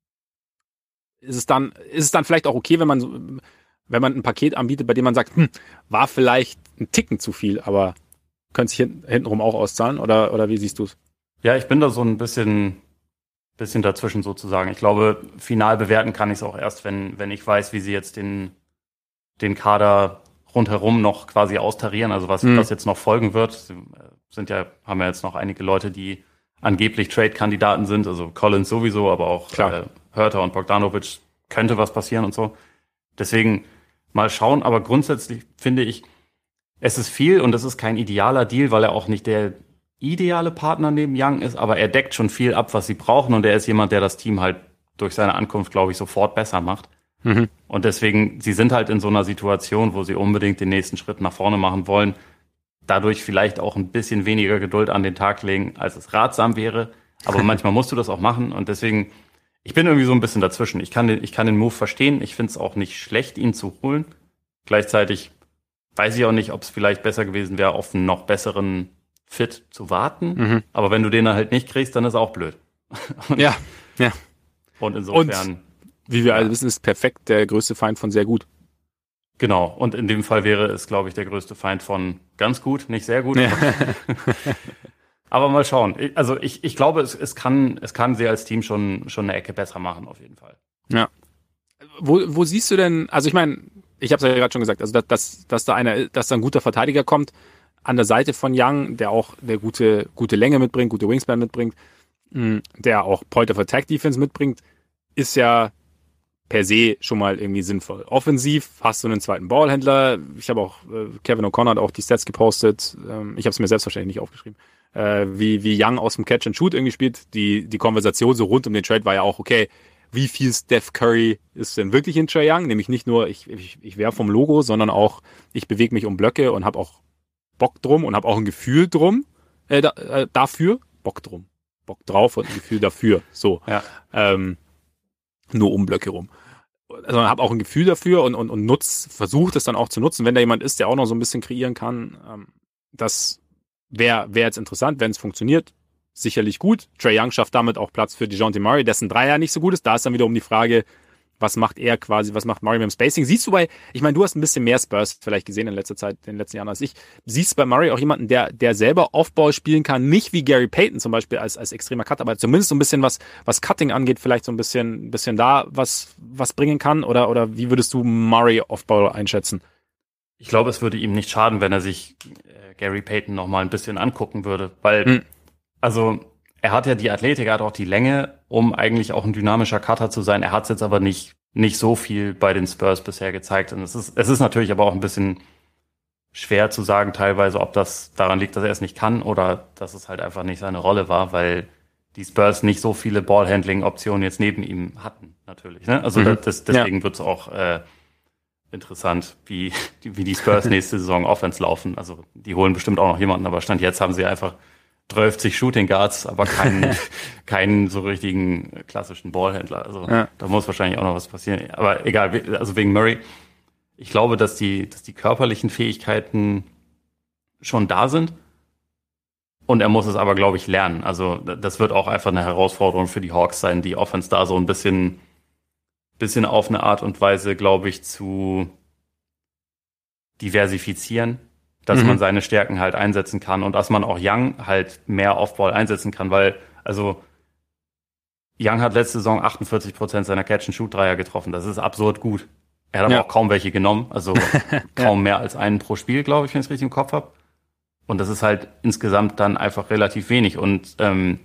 Ist es dann, ist es dann vielleicht auch okay, wenn man, wenn man ein Paket anbietet, bei dem man sagt, hm, war vielleicht ein Ticken zu viel, aber könnte sich hinten, hintenrum auch auszahlen, oder, oder wie siehst du es? Ja, ich bin da so ein bisschen, bisschen dazwischen sozusagen. Ich glaube, final bewerten kann ich es auch erst, wenn, wenn ich weiß, wie sie jetzt den, den Kader rundherum noch quasi austarieren, also was, mhm. was jetzt noch folgen wird. Sie sind ja, haben ja jetzt noch einige Leute, die angeblich Trade-Kandidaten sind, also Collins sowieso, aber auch äh, Huerter und Bogdanovic, könnte was passieren und so. Deswegen mal schauen, aber grundsätzlich finde ich, es ist viel und es ist kein idealer Deal, weil er auch nicht der ideale Partner neben Young ist, aber er deckt schon viel ab, was sie brauchen, und er ist jemand, der das Team halt durch seine Ankunft, glaube ich, sofort besser macht. Mhm. Und deswegen, sie sind halt in so einer Situation, wo sie unbedingt den nächsten Schritt nach vorne machen wollen, dadurch vielleicht auch ein bisschen weniger Geduld an den Tag legen, als es ratsam wäre, aber manchmal musst du das auch machen, und deswegen, ich bin irgendwie so ein bisschen dazwischen. Ich kann den, ich kann den Move verstehen, ich finde es auch nicht schlecht, ihn zu holen. Gleichzeitig weiß ich auch nicht, ob es vielleicht besser gewesen wäre, auf einen noch besseren Fit zu warten. Mhm. Aber wenn du den halt nicht kriegst, dann ist auch blöd. Und, ja, ja. Und insofern. Und, wie wir ja. alle wissen, ist perfekt der größte Feind von sehr gut. Genau. Und in dem Fall wäre es, glaube ich, der größte Feind von ganz gut, nicht sehr gut. Ja. Aber mal schauen. Also ich, ich glaube, es, es kann, es kann sie als Team schon, schon eine Ecke besser machen, auf jeden Fall. Ja. Wo, wo siehst du denn, also ich meine, ich habe es ja gerade schon gesagt, also dass, dass, dass da einer, dass da ein guter Verteidiger kommt an der Seite von Young, der auch der gute, gute Länge mitbringt, gute Wingspan mitbringt, der auch Point of Attack Defense mitbringt, ist ja per se schon mal irgendwie sinnvoll. Offensiv hast du einen zweiten Ballhändler. Ich habe auch, äh, Kevin O'Connor hat auch die Stats gepostet. Ähm, ich habe es mir selbstverständlich nicht aufgeschrieben. Äh, wie, wie Young aus dem Catch and Shoot irgendwie spielt. Die, die Konversation so rund um den Trade war ja auch, okay, wie viel Steph Curry ist denn wirklich in Trae Young? Nämlich nicht nur, ich, ich, ich werfe vom Logo, sondern auch, ich bewege mich um Blöcke und habe auch Bock drum und habe auch ein Gefühl drum, äh, da, äh, dafür. Bock drum. Bock drauf und ein Gefühl dafür. So. Ja. Ähm, nur um Blöcke rum. Also habe auch ein Gefühl dafür und, und, und nutz, versucht es dann auch zu nutzen, wenn da jemand ist, der auch noch so ein bisschen kreieren kann. Ähm, das wäre wär jetzt interessant, wenn es funktioniert. Sicherlich gut. Trae Young schafft damit auch Platz für DeJounte Murray, dessen Dreier nicht so gut ist. Da ist dann wiederum die Frage, was macht er quasi, was macht Murray mit dem Spacing? Siehst du bei, ich meine, du hast ein bisschen mehr Spurs vielleicht gesehen in letzter Zeit, in den letzten Jahren als ich. Siehst du bei Murray auch jemanden, der, der selber Offball spielen kann, nicht wie Gary Payton zum Beispiel als, als extremer Cutter, aber zumindest so ein bisschen was, was Cutting angeht, vielleicht so ein bisschen, bisschen da was, was bringen kann? Oder, oder wie würdest du Murray Offball einschätzen? Ich glaube, es würde ihm nicht schaden, wenn er sich äh, Gary Payton noch mal ein bisschen angucken würde, weil, hm. also, er hat ja die Athletik, er hat auch die Länge, um eigentlich auch ein dynamischer Cutter zu sein. Er hat es jetzt aber nicht, nicht so viel bei den Spurs bisher gezeigt. Und es ist, es ist natürlich aber auch ein bisschen schwer zu sagen teilweise, ob das daran liegt, dass er es nicht kann oder dass es halt einfach nicht seine Rolle war, weil die Spurs nicht so viele Ballhandling-Optionen jetzt neben ihm hatten, natürlich. Ne? Also mhm. das, deswegen ja. wird es auch äh, interessant, wie, wie die Spurs nächste Saison Offense laufen. Also die holen bestimmt auch noch jemanden, aber Stand jetzt haben sie einfach dreißig Shooting Guards, aber keinen, keinen so richtigen klassischen Ballhändler. Also ja. da muss wahrscheinlich auch noch was passieren. Aber egal, also wegen Murray. Ich glaube, dass die, dass die körperlichen Fähigkeiten schon da sind. Und er muss es aber, glaube ich, lernen. Also das wird auch einfach eine Herausforderung für die Hawks sein, die Offense da so ein bisschen, bisschen auf eine Art und Weise, glaube ich, zu diversifizieren, dass mhm. man seine Stärken halt einsetzen kann und dass man auch Young halt mehr Offball einsetzen kann, weil, also Young hat letzte Saison achtundvierzig Prozent seiner Catch-and-Shoot-Dreier getroffen. Das ist absurd gut. Er hat aber Ja. auch kaum welche genommen, also kaum Ja. mehr als einen pro Spiel, glaube ich, wenn ich es richtig im Kopf habe. Und das ist halt insgesamt dann einfach relativ wenig. Und ähm,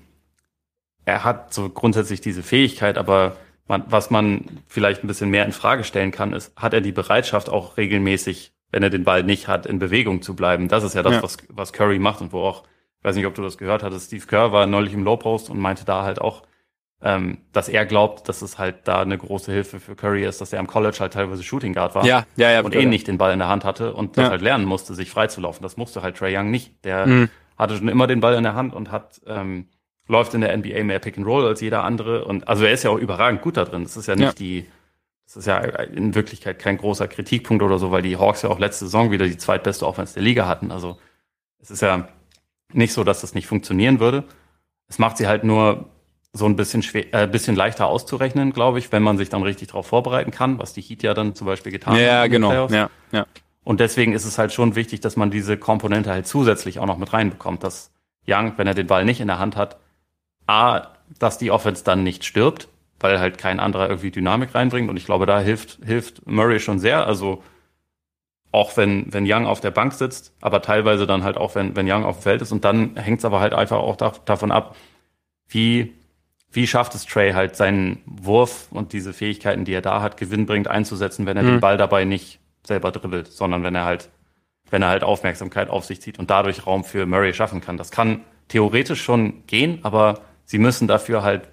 er hat so grundsätzlich diese Fähigkeit, aber man, was man vielleicht ein bisschen mehr in Frage stellen kann, ist, hat er die Bereitschaft auch regelmäßig, wenn er den Ball nicht hat, in Bewegung zu bleiben? Das ist ja das, Ja. was, was Curry macht und wo auch, ich weiß nicht, ob du das gehört hattest, Steve Kerr war neulich im Low Post und meinte da halt auch, ähm, dass er glaubt, dass es halt da eine große Hilfe für Curry ist, dass er am College halt teilweise Shooting Guard war Ja, ja, ja. und eh nicht den Ball in der Hand hatte und das Ja. halt lernen musste, sich freizulaufen. Das musste halt Trae Young nicht. Der Mhm. hatte schon immer den Ball in der Hand und hat ähm, läuft in der N B A mehr Pick and Roll als jeder andere. Und also er ist ja auch überragend gut da drin. Das ist ja nicht Ja. die, das ist ja in Wirklichkeit kein großer Kritikpunkt oder so, weil die Hawks ja auch letzte Saison wieder die zweitbeste Offense der Liga hatten. Also es ist ja nicht so, dass das nicht funktionieren würde. Es macht sie halt nur so ein bisschen schwer, äh, bisschen leichter auszurechnen, glaube ich, wenn man sich dann richtig darauf vorbereiten kann, was die Heat ja dann zum Beispiel getan Ja, haben in den genau. Playoffs. Ja, ja. Und deswegen ist es halt schon wichtig, dass man diese Komponente halt zusätzlich auch noch mit reinbekommt, dass Young, wenn er den Ball nicht in der Hand hat, A, dass die Offense dann nicht stirbt, weil halt kein anderer irgendwie Dynamik reinbringt. Und ich glaube, da hilft, hilft Murray schon sehr. Also auch wenn, wenn Young auf der Bank sitzt, aber teilweise dann halt auch, wenn, wenn Young auf dem Feld ist. Und dann hängt es aber halt einfach auch da, davon ab, wie, wie schafft es Trae halt seinen Wurf und diese Fähigkeiten, die er da hat, gewinnbringend einzusetzen, wenn er Mhm. den Ball dabei nicht selber dribbelt, sondern wenn er halt, wenn er halt Aufmerksamkeit auf sich zieht und dadurch Raum für Murray schaffen kann. Das kann theoretisch schon gehen, aber sie müssen dafür halt,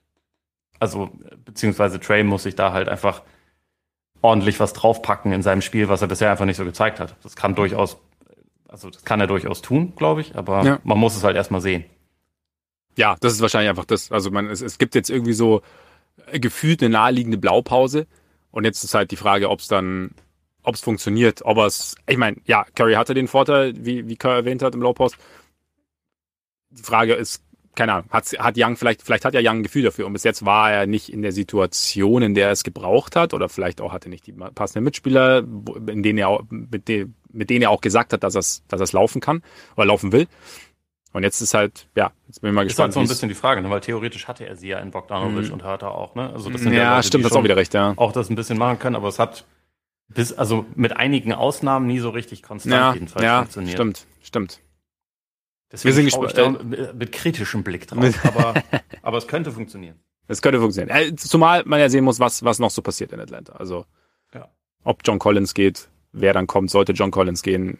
also beziehungsweise Trae muss sich da halt einfach ordentlich was draufpacken in seinem Spiel, was er bisher einfach nicht so gezeigt hat. Das kann durchaus, also das kann er durchaus tun, glaube ich, aber Ja. man muss es halt erstmal sehen. Ja, das ist wahrscheinlich einfach das. Also man, es, es gibt jetzt irgendwie so äh, gefühlt eine naheliegende Blaupause. Und jetzt ist halt die Frage, ob es dann, ob es funktioniert, ob es, ich meine, ja, Curry hatte den Vorteil, wie, wie Kerr erwähnt hat im Low Post. Die Frage ist, keine Ahnung, hat, hat Young vielleicht, vielleicht hat ja Young ein Gefühl dafür. Und bis jetzt war er nicht in der Situation, in der er es gebraucht hat. Oder vielleicht auch hatte nicht die passenden Mitspieler, in denen er auch, mit, de, mit denen er auch gesagt hat, dass er es dass er's laufen kann oder laufen will. Und jetzt ist halt, ja, jetzt bin ich mal Das ist halt gespannt. so ein wie's- bisschen die Frage, ne? Weil theoretisch hatte er sie ja in Bogdanovic Mhm. und Hörter auch, ne? Also das sind ja, Ja, Leute, stimmt, die das ist auch schon wieder recht, ja. auch das ein bisschen machen können, aber es hat bis, also mit einigen Ausnahmen nie so richtig konstant Ja, jedenfalls ja, funktioniert. stimmt, stimmt. Deswegen Wir sind schaue ich gespannt, da mit, mit kritischem Blick drauf, aber, aber es könnte funktionieren. Das könnte funktionieren. Äh, Zumal man ja sehen muss, was, was noch so passiert in Atlanta. Also, Ja. ob John Collins geht, wer dann kommt, sollte John Collins gehen,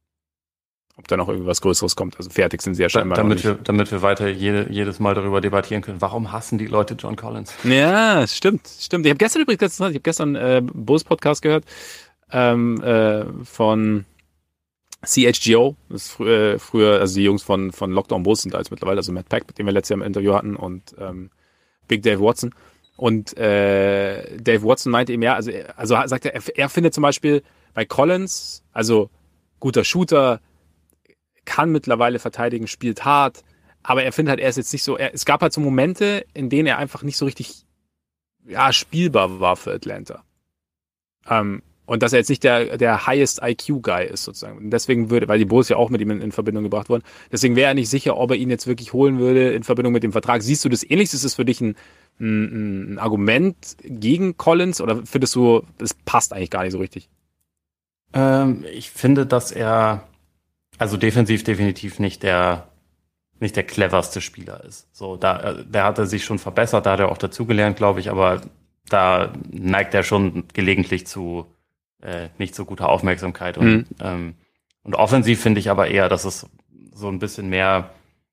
ob da noch irgendwas Größeres kommt. Also fertig sind sie ja Da, scheinbar noch damit, nicht. wir, damit wir weiter jede, jedes Mal darüber debattieren können, warum hassen die Leute John Collins? Ja, stimmt, stimmt. Ich habe gestern übrigens, ich habe gestern äh, Bulls Podcast gehört ähm, äh, von C H G O, das ist frü äh, früher, also die Jungs von, von Lockdown Bulls sind da jetzt mittlerweile, also Matt Pack, mit dem wir letztes Jahr im Interview hatten, und ähm, Big Dave Watson. Und äh, Dave Watson meinte ihm, ja, also, er- also sagt er, er, er findet zum Beispiel bei Collins, also guter Shooter, kann mittlerweile verteidigen, spielt hart, aber er findet halt, er ist jetzt nicht so, er, es gab halt so Momente, in denen er einfach nicht so richtig ja, spielbar war für Atlanta. Ähm, und dass er jetzt nicht der, der highest I Q-Guy ist, sozusagen. Und deswegen würde, weil die Bulls ja auch mit ihm in, in Verbindung gebracht wurden, deswegen wäre er nicht sicher, ob er ihn jetzt wirklich holen würde in Verbindung mit dem Vertrag. Siehst du das ähnlich? Ist es für dich ein, ein, ein Argument gegen Collins oder findest du, es passt eigentlich gar nicht so richtig? Ähm, ich finde, dass er, also defensiv definitiv nicht der, nicht der cleverste Spieler ist. So, da, äh, der hat er sich schon verbessert, da hat er auch dazugelernt, glaube ich, aber da neigt er schon gelegentlich zu äh, nicht so guter Aufmerksamkeit. Und, Mhm. ähm, und offensiv finde ich aber eher, dass es so ein bisschen mehr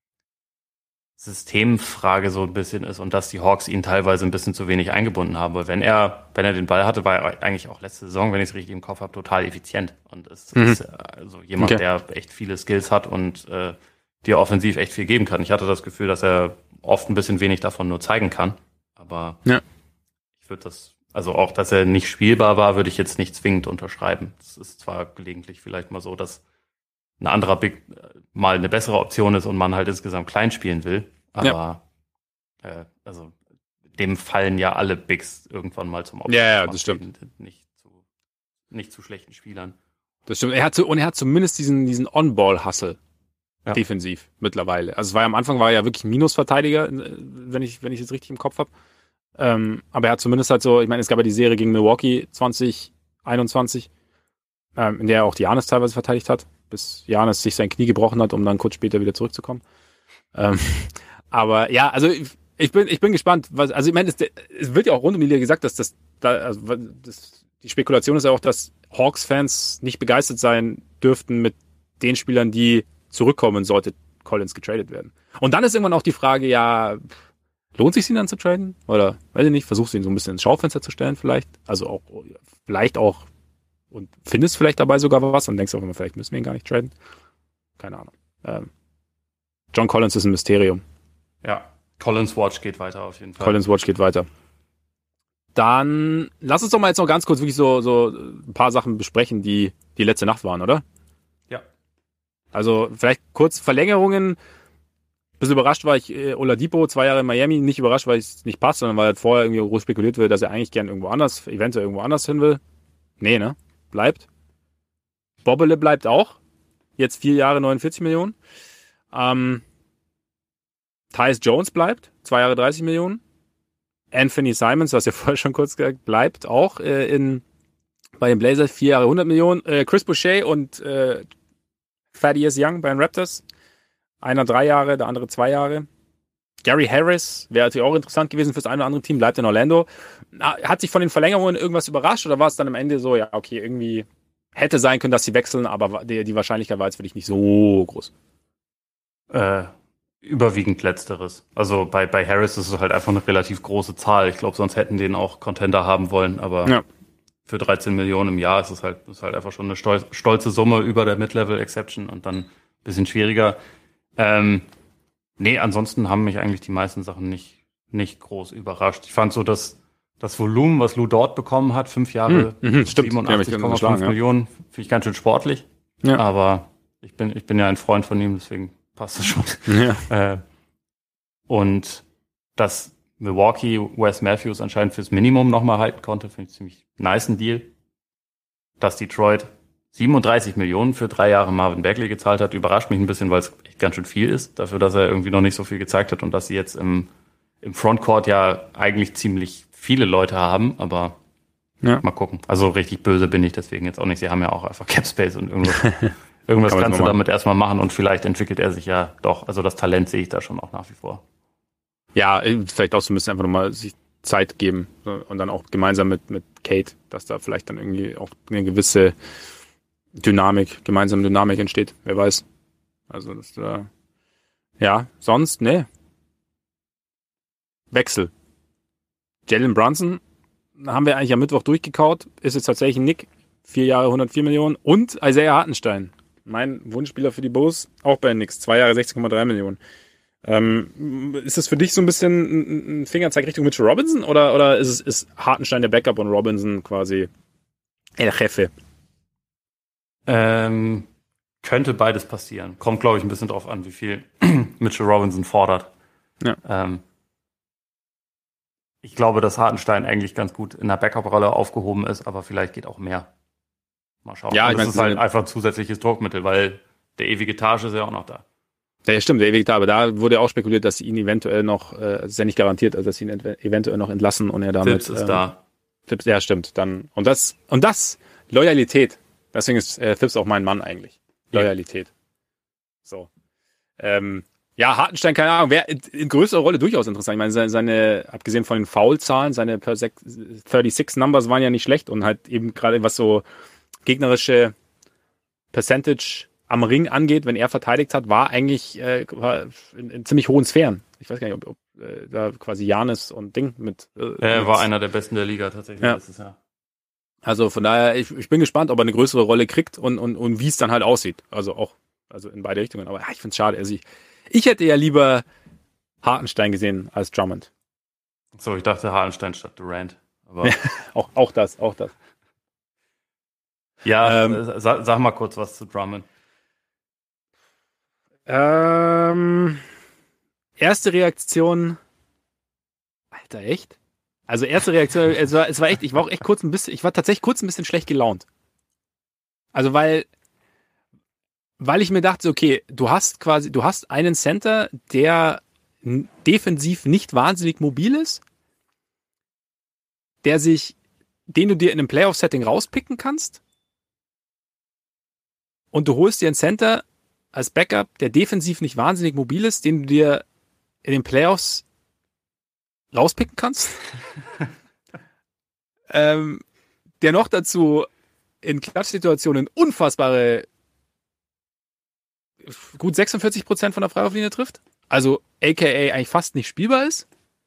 Systemfrage so ein bisschen ist und dass die Hawks ihn teilweise ein bisschen zu wenig eingebunden haben. Weil wenn er, wenn er den Ball hatte, war er eigentlich auch letzte Saison, wenn ich es richtig im Kopf habe, total effizient. Und es Mhm. ist also jemand, Okay. der echt viele Skills hat und äh, dir offensiv echt viel geben kann. Ich hatte das Gefühl, dass er oft ein bisschen wenig davon nur zeigen kann. Aber Ja. ich würde das, also auch, dass er nicht spielbar war, würde ich jetzt nicht zwingend unterschreiben. Es ist zwar gelegentlich vielleicht mal so, dass ein anderer Big äh, mal eine bessere Option ist und man halt insgesamt klein spielen will. Aber äh, also dem fallen ja alle Bigs irgendwann mal zum Opfer. Ja, ja, das stimmt. Nicht zu, nicht zu schlechten Spielern. Das stimmt. Er hat so, und er hat zumindest diesen, diesen On-Ball-Hustle. Ja. Defensiv mittlerweile. Also es war ja am Anfang war er ja wirklich Minusverteidiger, äh, wenn ich, wenn ich es richtig im Kopf habe. Ähm, aber er hat zumindest halt so, ich meine, es gab ja die Serie gegen Milwaukee zwanzig einundzwanzig, ähm, in der er auch die Giannis teilweise verteidigt hat, bis Giannis sich sein Knie gebrochen hat, um dann kurz später wieder zurückzukommen. Ähm, aber ja, also ich, ich bin ich bin gespannt, was, also ich meine, es, es wird ja auch rund um die Liga gesagt, dass das, da, also das, die Spekulation ist ja auch, dass Hawks-Fans nicht begeistert sein dürften mit den Spielern, die zurückkommen, sollte Collins getradet werden. Und dann ist irgendwann auch die Frage, ja, lohnt sich ihn dann zu traden? Oder, weiß ich nicht, versuchst du ihn so ein bisschen ins Schaufenster zu stellen vielleicht? Also auch, vielleicht auch, und findest vielleicht dabei sogar was und denkst auch immer, vielleicht müssen wir ihn gar nicht traden. Keine Ahnung. Ähm, John Collins ist ein Mysterium. Ja, Collins Watch geht weiter auf jeden Fall. Collins Watch geht weiter. Dann lass uns doch mal jetzt noch ganz kurz wirklich so, so ein paar Sachen besprechen, die die letzte Nacht waren, oder? Ja. Also vielleicht kurz Verlängerungen. Ein bisschen überrascht war ich, äh, Oladipo, zwei Jahre in Miami, nicht überrascht, weil es nicht passt, sondern weil halt vorher irgendwie groß spekuliert wird, dass er eigentlich gern irgendwo anders, eventuell irgendwo anders hin will. Nee, ne? Bleibt. Bobbele bleibt auch. Jetzt vier Jahre, neunundvierzig Millionen. Ähm, Tyus Jones bleibt, zwei Jahre, dreißig Millionen. Anthony Simons, was ja vorher schon kurz gesagt, bleibt auch äh, in, bei den Blazers, vier Jahre, hundert Millionen. Äh, Chris Boucher und äh, Thaddeus Young bei den Raptors. Einer drei Jahre, der andere zwei Jahre. Gary Harris wäre natürlich auch interessant gewesen fürs eine oder andere Team, bleibt in Orlando. Hat sich von den Verlängerungen irgendwas überrascht oder war es dann am Ende so, ja, okay, irgendwie hätte sein können, dass sie wechseln, aber die, die Wahrscheinlichkeit war jetzt für dich nicht so groß? Äh, überwiegend Letzteres. Also bei, bei Harris ist es halt einfach eine relativ große Zahl. Ich glaube, sonst hätten den auch Contender haben wollen, aber ja. Für dreizehn Millionen im Jahr ist es halt, ist halt einfach schon eine stolz, stolze Summe über der Mid-Level-Exception und dann ein bisschen schwieriger. Ähm, nee, ansonsten haben mich eigentlich die meisten Sachen nicht, nicht groß überrascht. Ich fand so, dass das Volumen, was Lou Dort bekommen hat, fünf Jahre, hm, siebenundachtzig Komma fünf Millionen, finde ich ganz schön sportlich. Ja. Aber ich bin, ich bin ja ein Freund von ihm, deswegen passt es schon. Ja. äh, und dass Milwaukee Wes Matthews anscheinend fürs Minimum nochmal halten konnte, finde ich ziemlich nice ein Deal. Dass Detroit siebenunddreißig Millionen für drei Jahre Marvin Bagley gezahlt hat, überrascht mich ein bisschen, weil es echt ganz schön viel ist, dafür, dass er irgendwie noch nicht so viel gezeigt hat und dass sie jetzt im, im Frontcourt ja eigentlich ziemlich viele Leute haben, aber ja. Mal gucken. Also richtig böse bin ich deswegen jetzt auch nicht. Sie haben ja auch einfach Capspace und irgendwas, irgendwas kann kannst du damit erstmal machen und vielleicht entwickelt er sich ja doch. Also das Talent sehe ich da schon auch nach wie vor. Ja, vielleicht auch so ein bisschen einfach nochmal sich Zeit geben und dann auch gemeinsam mit, mit Kate, dass da vielleicht dann irgendwie auch eine gewisse Dynamik, gemeinsame Dynamik entsteht. Wer weiß. Also, das da, ja, sonst, ne. Wechsel. Jalen Brunson haben wir eigentlich am Mittwoch durchgekaut, ist jetzt tatsächlich ein Nick, vier Jahre, hundertvier Millionen und Isaiah Hartenstein, mein Wunschspieler für die Bulls, auch bei den Knicks, zwei Jahre, sechzehn Komma drei Millionen. Ähm, ist das für dich so ein bisschen ein Fingerzeig Richtung Mitchell Robinson oder, oder ist es ist Hartenstein der Backup und Robinson quasi der Jefe? Ähm, könnte beides passieren. Kommt, glaube ich, ein bisschen drauf an, wie viel Mitchell Robinson fordert. Ja. Ähm, ich glaube, dass Hartenstein eigentlich ganz gut in der Backup-Rolle aufgehoben ist, aber vielleicht geht auch mehr. Mal schauen. Ja, und ich das mein, ist halt einfach ein zusätzliches Druckmittel, weil der ewige Tage ist ja auch noch da. Ja, stimmt, der ewige Tage. Aber da wurde auch spekuliert, dass sie ihn eventuell noch, äh, das ist ja nicht garantiert, also dass sie ihn eventuell noch entlassen und er damit. Tipps ist ähm, da. Tipps, ja, stimmt. Dann, und das, und das, Loyalität. Deswegen ist äh, Phipps auch mein Mann eigentlich. Loyalität. Ja. So. Ähm, ja, Hartenstein, keine Ahnung, wäre in, in größerer Rolle durchaus interessant. Ich meine, seine, seine abgesehen von den Foul-Zahlen, seine per sechsunddreißig Numbers waren ja nicht schlecht und halt eben gerade was so gegnerische Percentage am Ring angeht, wenn er verteidigt hat, war eigentlich äh, war in, in ziemlich hohen Sphären. Ich weiß gar nicht, ob, ob äh, da quasi Giannis und Ding mit. Äh, er war einer der besten der Liga tatsächlich ja. letztes Jahr. Also von daher, ich, ich bin gespannt, ob er eine größere Rolle kriegt und, und, und wie es dann halt aussieht. Also auch also in beide Richtungen. Aber ja, ich finde es schade. Also ich, ich hätte ja lieber Hartenstein gesehen als Drummond. So, ich dachte Hartenstein statt Durant. Aber ja, auch, auch das, auch das. Ja, ähm, sag, sag mal kurz was zu Drummond. Ähm, erste Reaktion. Alter, echt? Also erste Reaktion, es war, es war echt, ich war auch echt kurz ein bisschen, ich war tatsächlich kurz ein bisschen schlecht gelaunt. Also weil, weil ich mir dachte, okay, du hast quasi, du hast einen Center, der defensiv nicht wahnsinnig mobil ist, der sich, den du dir in einem Playoff-Setting rauspicken kannst und du holst dir einen Center als Backup, der defensiv nicht wahnsinnig mobil ist, den du dir in den Playoffs rauspicken kannst. ähm, der noch dazu in Klatschsituationen unfassbare gut sechsundvierzig Prozent von der Freiwurflinie trifft. Also aka eigentlich fast nicht spielbar ist.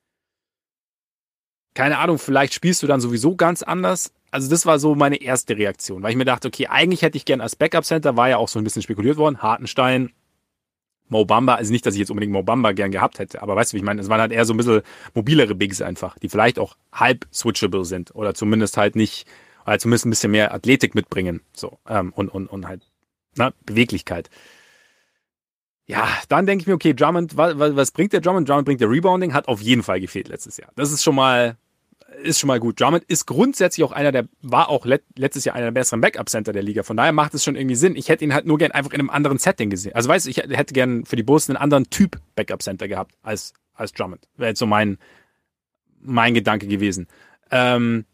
Keine Ahnung, vielleicht spielst du dann sowieso ganz anders. Also das war so meine erste Reaktion, weil ich mir dachte, okay, eigentlich hätte ich gern als Backup-Center, war ja auch so ein bisschen spekuliert worden, Hartenstein, Mo Bamba, also nicht, dass ich jetzt unbedingt Mo Bamba gern gehabt hätte, aber weißt du, wie ich meine, es waren halt eher so ein bisschen mobilere Bigs einfach, die vielleicht auch halb switchable sind oder zumindest halt nicht, oder zumindest ein bisschen mehr Athletik mitbringen, so, ähm, und, und, und halt, na, Beweglichkeit. Ja, dann denke ich mir, okay, Drummond, was, was bringt der Drummond? Drummond bringt der Rebounding, hat auf jeden Fall gefehlt letztes Jahr. Das ist schon mal, ist schon mal gut. Drummond ist grundsätzlich auch einer der, war auch let, letztes Jahr einer der besseren Backup-Center der Liga. Von daher macht es schon irgendwie Sinn. Ich hätte ihn halt nur gern einfach in einem anderen Setting gesehen. Also weißt du, ich hätte gern für die Bulls einen anderen Typ Backup-Center gehabt als, als Drummond. Wäre jetzt so mein, mein Gedanke gewesen. Ähm,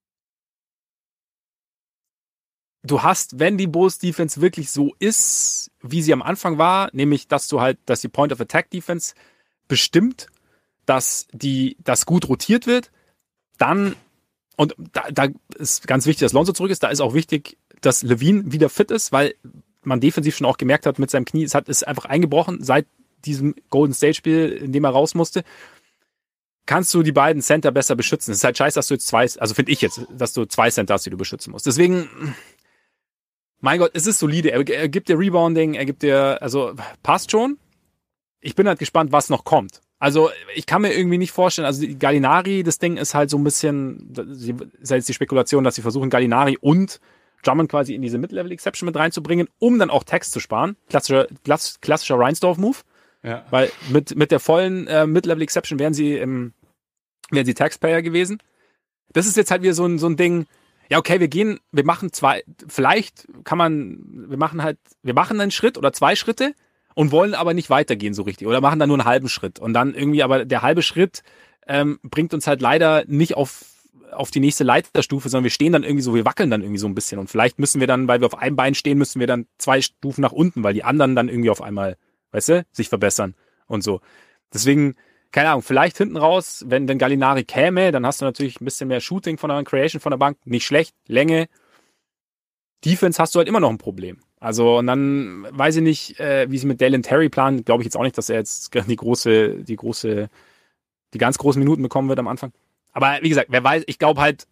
Du hast, wenn die Bulls-Defense wirklich so ist, wie sie am Anfang war, nämlich, dass du halt, dass die Point-of-Attack-Defense bestimmt, dass die, das gut rotiert wird, dann, und da, da ist ganz wichtig, dass Lonzo zurück ist, da ist auch wichtig, dass Levine wieder fit ist, weil man defensiv schon auch gemerkt hat mit seinem Knie, es hat, ist einfach eingebrochen seit diesem Golden State-Spiel, in dem er raus musste. Kannst du die beiden Center besser beschützen. Es ist halt scheiße, dass du jetzt zwei, also finde ich jetzt, dass du zwei Center hast, die du beschützen musst. Deswegen, mein Gott, es ist solide. Er, er gibt dir Rebounding, er gibt dir, also passt schon. Ich bin halt gespannt, was noch kommt. Also ich kann mir irgendwie nicht vorstellen, also Gallinari, das Ding ist halt so ein bisschen, das ist jetzt die Spekulation, dass sie versuchen, Gallinari und Drummond quasi in diese Mid-Level-Exception mit reinzubringen, um dann auch Text zu sparen. Klassischer, klass, klassischer Reinsdorf-Move. Ja. Weil mit, mit der vollen äh, Mid-Level-Exception wären sie, ähm, wären sie Taxpayer gewesen. Das ist jetzt halt wieder so ein, so ein Ding, ja, okay, wir gehen, wir machen zwei, vielleicht kann man, wir machen halt, wir machen einen Schritt oder zwei Schritte und wollen aber nicht weitergehen so richtig oder machen dann nur einen halben Schritt und dann irgendwie, aber der halbe Schritt ähm, bringt uns halt leider nicht auf, auf die nächste Leiterstufe, sondern wir stehen dann irgendwie so, wir wackeln dann irgendwie so ein bisschen und vielleicht müssen wir dann, weil wir auf einem Bein stehen, müssen wir dann zwei Stufen nach unten, weil die anderen dann irgendwie auf einmal, weißt du, sich verbessern und so. Deswegen, keine Ahnung, vielleicht hinten raus, wenn denn Gallinari käme, dann hast du natürlich ein bisschen mehr Shooting von der Creation von der Bank. Nicht schlecht, Länge. Defense hast du halt immer noch ein Problem. Also, und dann weiß ich nicht, äh, wie sie mit Dalen Terry planen. Glaube ich jetzt auch nicht, dass er jetzt die große, die große, die ganz großen Minuten bekommen wird am Anfang. Aber wie gesagt, wer weiß, ich glaube halt,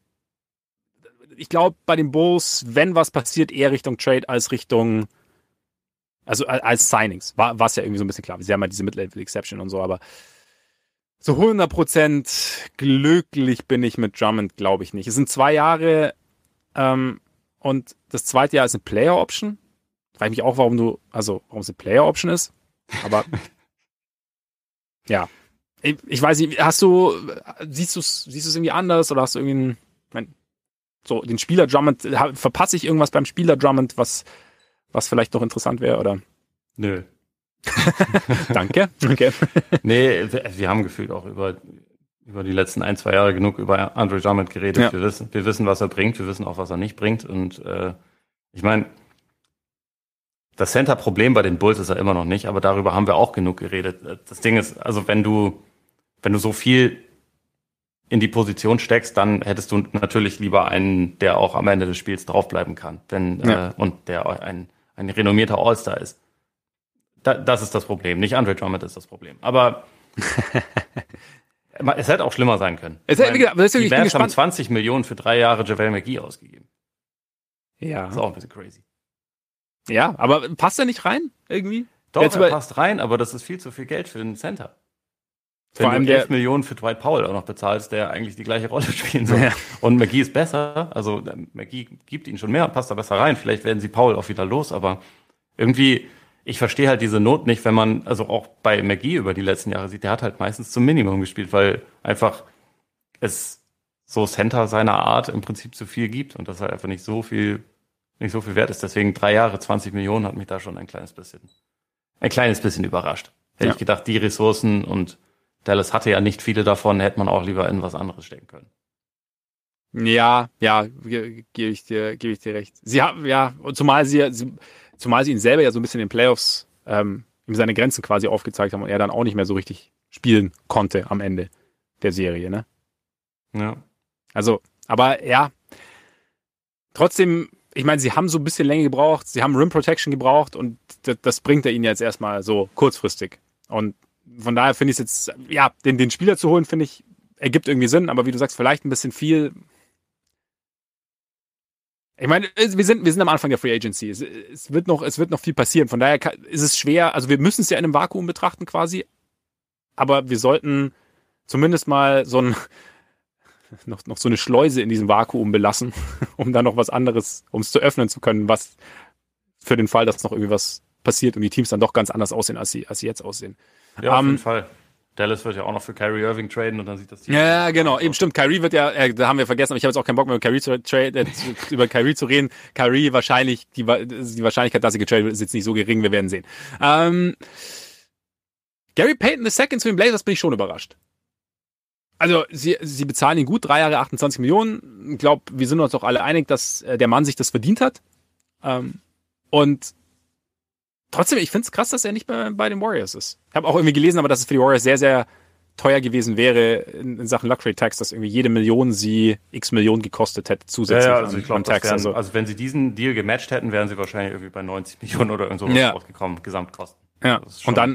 ich glaube bei den Bulls, wenn was passiert, eher Richtung Trade als Richtung, also als Signings. War es ja irgendwie so ein bisschen klar. Sie haben ja diese Mid-Level-Exception und so, aber so hundert Prozent glücklich bin ich mit Drummond, glaube ich nicht. Es sind zwei Jahre ähm, und das zweite Jahr ist eine Player-Option. Frage mich auch, warum du, also warum es eine Player-Option ist. Aber ja, ich, ich weiß nicht, hast du, siehst du es siehst du's irgendwie anders oder hast du irgendwie, mein, so den Spieler Drummond, verpasse ich irgendwas beim Spieler Drummond, was, was vielleicht noch interessant wäre, oder? Nö. Danke. Okay. Nee, wir, wir haben gefühlt auch über, über die letzten ein, zwei Jahre genug über Andre Drummond geredet. Ja. Wir wissen, wir wissen, was er bringt, wir wissen auch, was er nicht bringt. Und äh, ich meine, das Center-Problem bei den Bulls ist er immer noch nicht, aber darüber haben wir auch genug geredet. Das Ding ist, also wenn du, wenn du so viel in die Position steckst, dann hättest du natürlich lieber einen, der auch am Ende des Spiels draufbleiben kann, wenn ja. äh, und der ein, ein renommierter All-Star ist. Da, das ist das Problem. Nicht Andre Drummond ist das Problem. Aber es hätte auch schlimmer sein können. Es hätte, meine, das die Bears haben zwanzig Millionen für drei Jahre JaVale McGee ausgegeben. Ja. Das ist auch ein bisschen crazy. Ja, aber passt er nicht rein irgendwie? Doch, er passt rein, aber das ist viel zu viel Geld für einen Center. Wenn Vor allem du elf Millionen für Dwight Powell auch noch bezahlst, der eigentlich die gleiche Rolle spielen soll. Ja. Und McGee ist besser, also McGee gibt ihn schon mehr und passt da besser rein. Vielleicht werden sie Powell auch wieder los, aber irgendwie, ich verstehe halt diese Not nicht, wenn man, also auch bei McGee über die letzten Jahre sieht, der hat halt meistens zum Minimum gespielt, weil einfach es so Center seiner Art im Prinzip zu viel gibt und das halt einfach nicht so viel, nicht so viel wert ist. Deswegen drei Jahre, zwanzig Millionen hat mich da schon ein kleines bisschen, ein kleines bisschen überrascht. Hätte ja. ich gedacht, die Ressourcen und Dallas hatte ja nicht viele davon, hätte man auch lieber in was anderes stecken können. Ja, ja, ge- gebe ich dir, gebe ich dir recht. Sie haben, ja, und zumal sie, sie, zumal sie ihn selber ja so ein bisschen in den Playoffs ähm, ihm seine Grenzen quasi aufgezeigt haben und er dann auch nicht mehr so richtig spielen konnte am Ende der Serie, ne? Ja. Also, aber ja, trotzdem, ich meine, sie haben so ein bisschen Länge gebraucht, sie haben Rim Protection gebraucht und das, das bringt er ihnen jetzt erstmal so kurzfristig. Und von daher finde ich es jetzt, ja, den, den Spieler zu holen, finde ich, ergibt irgendwie Sinn, aber wie du sagst, vielleicht ein bisschen viel. Ich meine, wir sind, wir sind am Anfang der Free Agency. Es, es, wird noch, es wird noch viel passieren. Von daher kann, ist es schwer, also wir müssen es ja in einem Vakuum betrachten quasi, aber wir sollten zumindest mal so ein, noch, noch so eine Schleuse in diesem Vakuum belassen, um dann noch was anderes, um es zu öffnen zu können, was für den Fall, dass noch irgendwie was passiert und die Teams dann doch ganz anders aussehen, als sie, als sie jetzt aussehen. Ja, auf um, jeden Fall. Dallas wird ja auch noch für Kyrie Irving traden und dann sieht das Team. Ja, genau. Eben stimmt. Kyrie wird ja, äh, da haben wir vergessen, aber ich habe jetzt auch keinen Bock mehr über Kyrie zu, trade, äh, über Kyrie zu reden. Kyrie wahrscheinlich, die, die Wahrscheinlichkeit, dass er getradet wird, ist jetzt nicht so gering. Wir werden sehen. Ähm, Gary Payton the Second zu den Blazers bin ich schon überrascht. Also, sie, sie bezahlen ihn gut, drei Jahre, achtundzwanzig Millionen. Ich glaube, wir sind uns doch alle einig, dass äh, der Mann sich das verdient hat. Ähm, und trotzdem, ich finde es krass, dass er nicht bei, bei den Warriors ist. Ich habe auch irgendwie gelesen, aber dass es für die Warriors sehr, sehr teuer gewesen wäre in, in Sachen Luxury Tax, dass irgendwie jede Million sie x Millionen gekostet hätte zusätzlich. Ja, ja, also ich glaube, also, also wenn sie diesen Deal gematcht hätten, wären sie wahrscheinlich irgendwie bei neunzig Millionen oder irgend sowas ja. rausgekommen, Gesamtkosten. Ja, und dann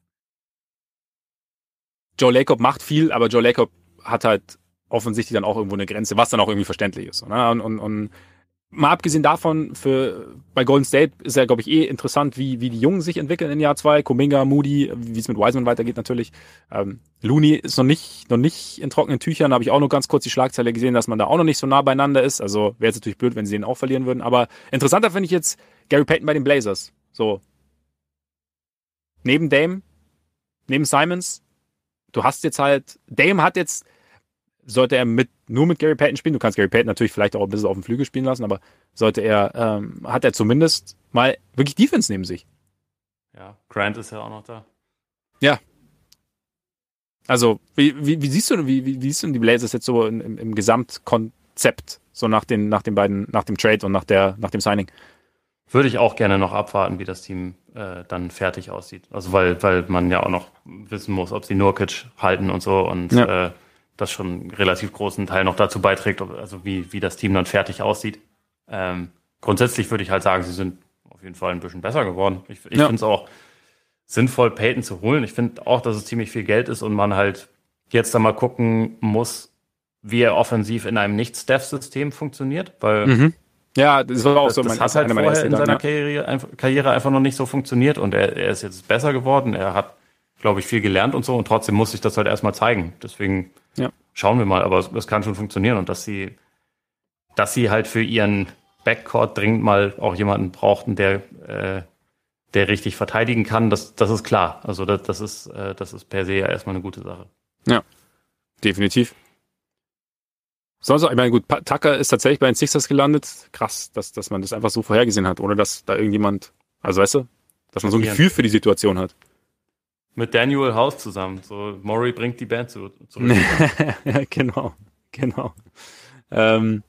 Joe Lacob macht viel, aber Joe Lacob hat halt offensichtlich dann auch irgendwo eine Grenze, was dann auch irgendwie verständlich ist. Ne? Und, und, und mal abgesehen davon, für bei Golden State ist ja, glaube ich, eh interessant, wie, wie die Jungen sich entwickeln in Jahr zwei. Kuminga, Moody, wie es mit Wiseman weitergeht natürlich. Ähm, Looney ist noch nicht, noch nicht in trockenen Tüchern. Da habe ich auch nur ganz kurz die Schlagzeile gesehen, dass man da auch noch nicht so nah beieinander ist. Also wäre es natürlich blöd, wenn sie den auch verlieren würden. Aber interessanter finde ich jetzt Gary Payton bei den Blazers. So. Neben Dame, neben Simons. Du hast jetzt halt, Dame hat jetzt, sollte er mit, nur mit Gary Payton spielen, du kannst Gary Payton natürlich vielleicht auch ein bisschen auf dem Flügel spielen lassen, aber sollte er, ähm, hat er zumindest mal wirklich Defense neben sich. Ja, Grant ist ja auch noch da. Ja. Also, wie, wie, wie siehst du, wie, wie, wie siehst du die Blazers jetzt so im, im Gesamtkonzept, so nach den, nach den beiden, nach dem Trade und nach der, nach dem Signing? Würde ich auch gerne noch abwarten, wie das Team äh, dann fertig aussieht. Also weil, weil man ja auch noch wissen muss, ob sie Nurkic halten und so und ja. äh, das schon einen relativ großen Teil noch dazu beiträgt, ob, also wie, wie das Team dann fertig aussieht. Ähm, grundsätzlich würde ich halt sagen, sie sind auf jeden Fall ein bisschen besser geworden. Ich, ich ja. finde es auch sinnvoll, Payton zu holen. Ich finde auch, dass es ziemlich viel Geld ist und man halt jetzt dann mal gucken muss, wie er offensiv in einem Nicht-Steph-System funktioniert, weil mhm. Ja, das war auch das, so das mein, hat halt vorher in seiner ja. Karriere, Karriere einfach noch nicht so funktioniert und er, er ist jetzt besser geworden. Er hat, glaube ich, viel gelernt und so und trotzdem muss sich das halt erstmal zeigen. Deswegen ja. schauen wir mal, aber es, es kann schon funktionieren und dass sie, dass sie halt für ihren Backcourt dringend mal auch jemanden brauchten, der, äh, der richtig verteidigen kann, das, das ist klar. Also das, das ist, äh, das ist per se ja erstmal eine gute Sache. Ja, definitiv. Sonst, ich meine, gut, Tucker ist tatsächlich bei den Sixers gelandet. Krass, dass, dass man das einfach so vorhergesehen hat, ohne dass da irgendjemand, also weißt du, dass man so ein Gefühl für die Situation hat. Mit Daniel House zusammen. So, Murray bringt die Band zu, zurück. Ja, genau, genau. Ähm,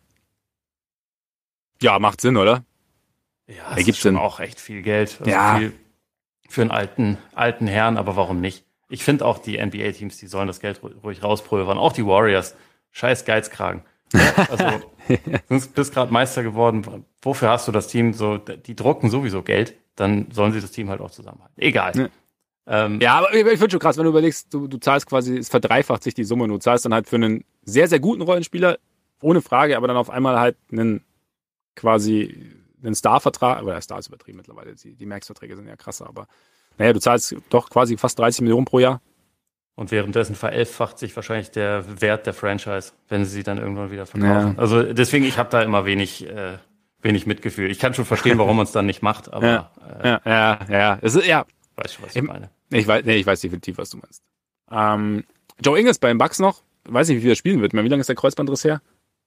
ja, macht Sinn, oder? Ja, es ist schon auch echt viel Geld. Also ja. Viel für einen alten, alten Herrn, aber warum nicht? Ich finde auch die N B A-Teams, die sollen das Geld ruhig rauspulvern. Auch die Warriors. Scheiß Geizkragen. Ja, also, du bist gerade Meister geworden. Wofür hast du das Team so? Die drucken sowieso Geld. Dann sollen sie das Team halt auch zusammenhalten. Egal. Ja, ähm, ja aber ich finde schon krass, wenn du überlegst, du, du zahlst quasi, es verdreifacht sich die Summe. Du zahlst dann halt für einen sehr, sehr guten Rollenspieler, ohne Frage, aber dann auf einmal halt einen quasi einen Star-Vertrag, aber der Star ist übertrieben mittlerweile. Die, die Max-Verträge sind ja krasser, aber naja, du zahlst doch quasi fast dreißig Millionen pro Jahr. Und währenddessen verelffacht sich wahrscheinlich der Wert der Franchise, wenn sie sie dann irgendwann wieder verkaufen. Ja. Also deswegen, ich habe da immer wenig, äh, wenig Mitgefühl. Ich kann schon verstehen, warum man es dann nicht macht, aber ja, äh, ja, ja, ja. Es ist, ja. Weißt du, was ich meine? Ich weiß, nee, ich weiß definitiv, was du meinst. Ähm, Joe Ingles bei den Bucks noch. Ich weiß nicht, wie viel er spielen wird. Wie lange ist der Kreuzbandriss her?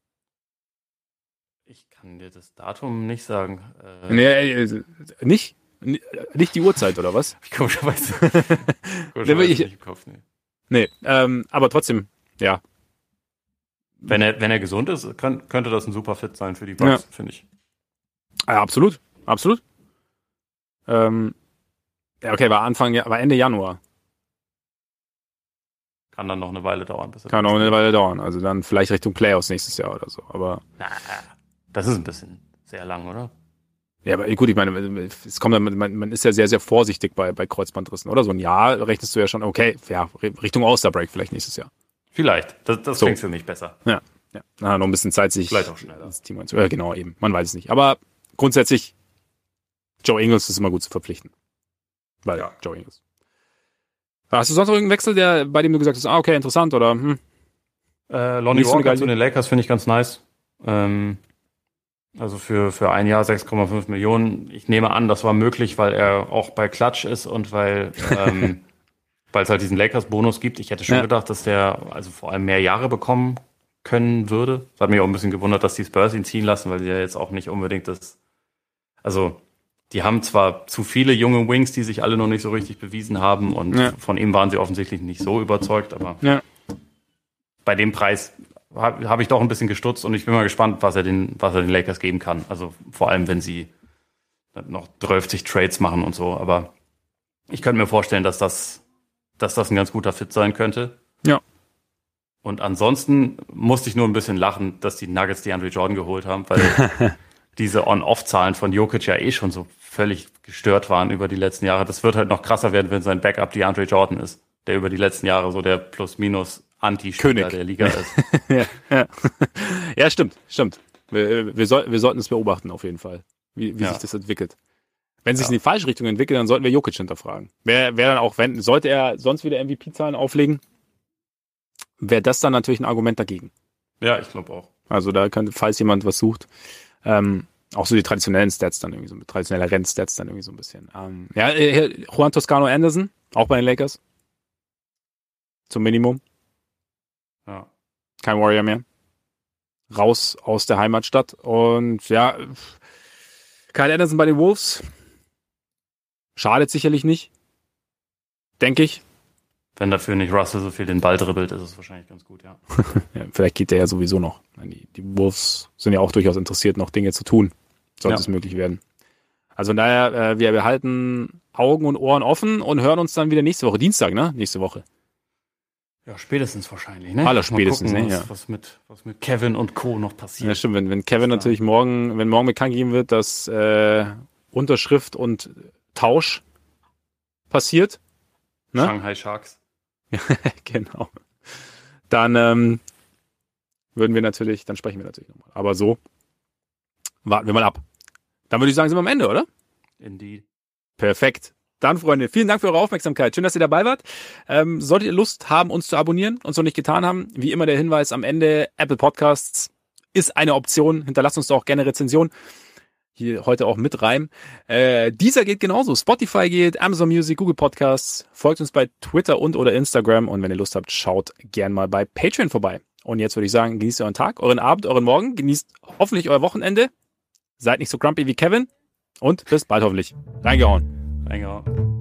Ich kann dir das Datum nicht sagen. Äh, nee, nicht? Nicht die Uhrzeit, oder was? Ich komischerweise, komischerweise ich, nicht im Kopf, nee. Nee, ähm, aber trotzdem, ja. Wenn er, wenn er gesund ist, kann, könnte das ein super Fit sein für die Bucks, ja. finde ich. Ja, absolut, absolut. Ähm, ja, okay, war Anfang, war Ende Januar. Kann dann noch eine Weile dauern. Bis er Kann noch eine Weile dauern. Also dann vielleicht Richtung Playoffs nächstes Jahr oder so. Aber na, das ist ein bisschen sehr lang, oder? Ja, aber gut, ich meine, es kommt, man, man ist ja sehr, sehr vorsichtig bei, bei Kreuzbandrissen, oder? So ein Jahr rechnest du ja schon, okay, ja, Richtung All-Star-Break vielleicht nächstes Jahr. Vielleicht. Das, das so. klingt für mich besser. Ja, ja. Na, noch ein bisschen Zeit, sich vielleicht auch schneller. Das Team einzuführen. Ja, genau, eben. Man weiß es nicht. Aber grundsätzlich, Joe Ingles ist immer gut zu verpflichten. Weil ja. Joe Ingles. Hast du sonst noch irgendeinen Wechsel, der, bei dem du gesagt hast, ah, okay, interessant, oder? Hm? Äh, Lonnie Walker zu den Lakers finde ich ganz nice. Ähm, also für, für ein Jahr sechs Komma fünf Millionen. Ich nehme an, das war möglich, weil er auch bei Clutch ist und weil ähm, weil es halt diesen Lakers-Bonus gibt. Ich hätte schon ja. gedacht, dass der also vor allem mehr Jahre bekommen können würde. Das hat mich auch ein bisschen gewundert, dass die Spurs ihn ziehen lassen, weil sie ja jetzt auch nicht unbedingt das... Also die haben zwar zu viele junge Wings, die sich alle noch nicht so richtig bewiesen haben und ja. von ihm waren sie offensichtlich nicht so überzeugt, aber ja. bei dem Preis habe hab ich doch ein bisschen gestutzt und ich bin mal gespannt, was er den, was er den Lakers geben kann. Also vor allem, wenn sie noch dreißig Trades machen und so, aber ich könnte mir vorstellen, dass das, dass das ein ganz guter Fit sein könnte. Ja. Und ansonsten musste ich nur ein bisschen lachen, dass die Nuggets DeAndre Jordan geholt haben, weil diese On-Off-Zahlen von Jokic ja eh schon so völlig gestört waren über die letzten Jahre. Das wird halt noch krasser werden, wenn sein Backup DeAndre Jordan ist, der über die letzten Jahre so der Plus-Minus-Anti-Spieler der Liga ist. ja, ja. ja, stimmt, stimmt. Wir, wir, soll, wir sollten es beobachten auf jeden Fall, wie, wie ja. sich das entwickelt. Wenn es sich ja. in die falsche Richtung entwickelt, dann sollten wir Jokic hinterfragen. Wer, wer dann auch, wenn, sollte er sonst wieder M V P-Zahlen auflegen, wäre das dann natürlich ein Argument dagegen. Ja, ich glaube auch. Also da könnte, falls jemand was sucht, ähm, auch so die traditionellen Stats dann irgendwie so, traditionelle Rennstats dann irgendwie so ein bisschen. Ähm, ja, äh, Juan Toscano Anderson, auch bei den Lakers. Zum Minimum. Ja. Kein Warrior mehr. Raus aus der Heimatstadt. Und ja, Kyle Anderson bei den Wolves. Schadet sicherlich nicht. Denke ich. Wenn dafür nicht Russell so viel den Ball dribbelt, ist es wahrscheinlich ganz gut, ja. ja vielleicht geht der ja sowieso noch. Die, die Wolves sind ja auch durchaus interessiert, noch Dinge zu tun. Sollte ja. es möglich werden. Also von daher, äh, wir, wir halten Augen und Ohren offen und hören uns dann wieder nächste Woche. Dienstag, ne? Nächste Woche. Ja, spätestens wahrscheinlich, ne? Aller spätestens, gucken, ne? Was, ja. was, mit, was mit Kevin und Co. noch passiert. Ja, stimmt. Wenn, wenn Kevin ja. natürlich morgen, wenn morgen bekannt gegeben wird, dass äh, Unterschrift und Tausch passiert. Ne? Shanghai Sharks. genau. Dann ähm, würden wir natürlich, dann sprechen wir natürlich nochmal. Aber so, warten wir mal ab. Dann würde ich sagen, sind wir am Ende, oder? Indeed. Perfekt. Dann, Freunde, vielen Dank für eure Aufmerksamkeit. Schön, dass ihr dabei wart. Ähm, solltet ihr Lust haben, uns zu abonnieren und so nicht getan haben, wie immer der Hinweis am Ende, Apple Podcasts ist eine Option. Hinterlasst uns doch auch gerne Rezension. Hier heute auch mit Reim. Äh, dieser geht genauso. Spotify geht, Amazon Music, Google Podcasts. Folgt uns bei Twitter und oder Instagram. Und wenn ihr Lust habt, schaut gern mal bei Patreon vorbei. Und jetzt würde ich sagen, genießt euren Tag, euren Abend, euren Morgen. Genießt hoffentlich euer Wochenende. Seid nicht so grumpy wie Kevin. Und bis bald hoffentlich. Reingehauen. Reingehauen.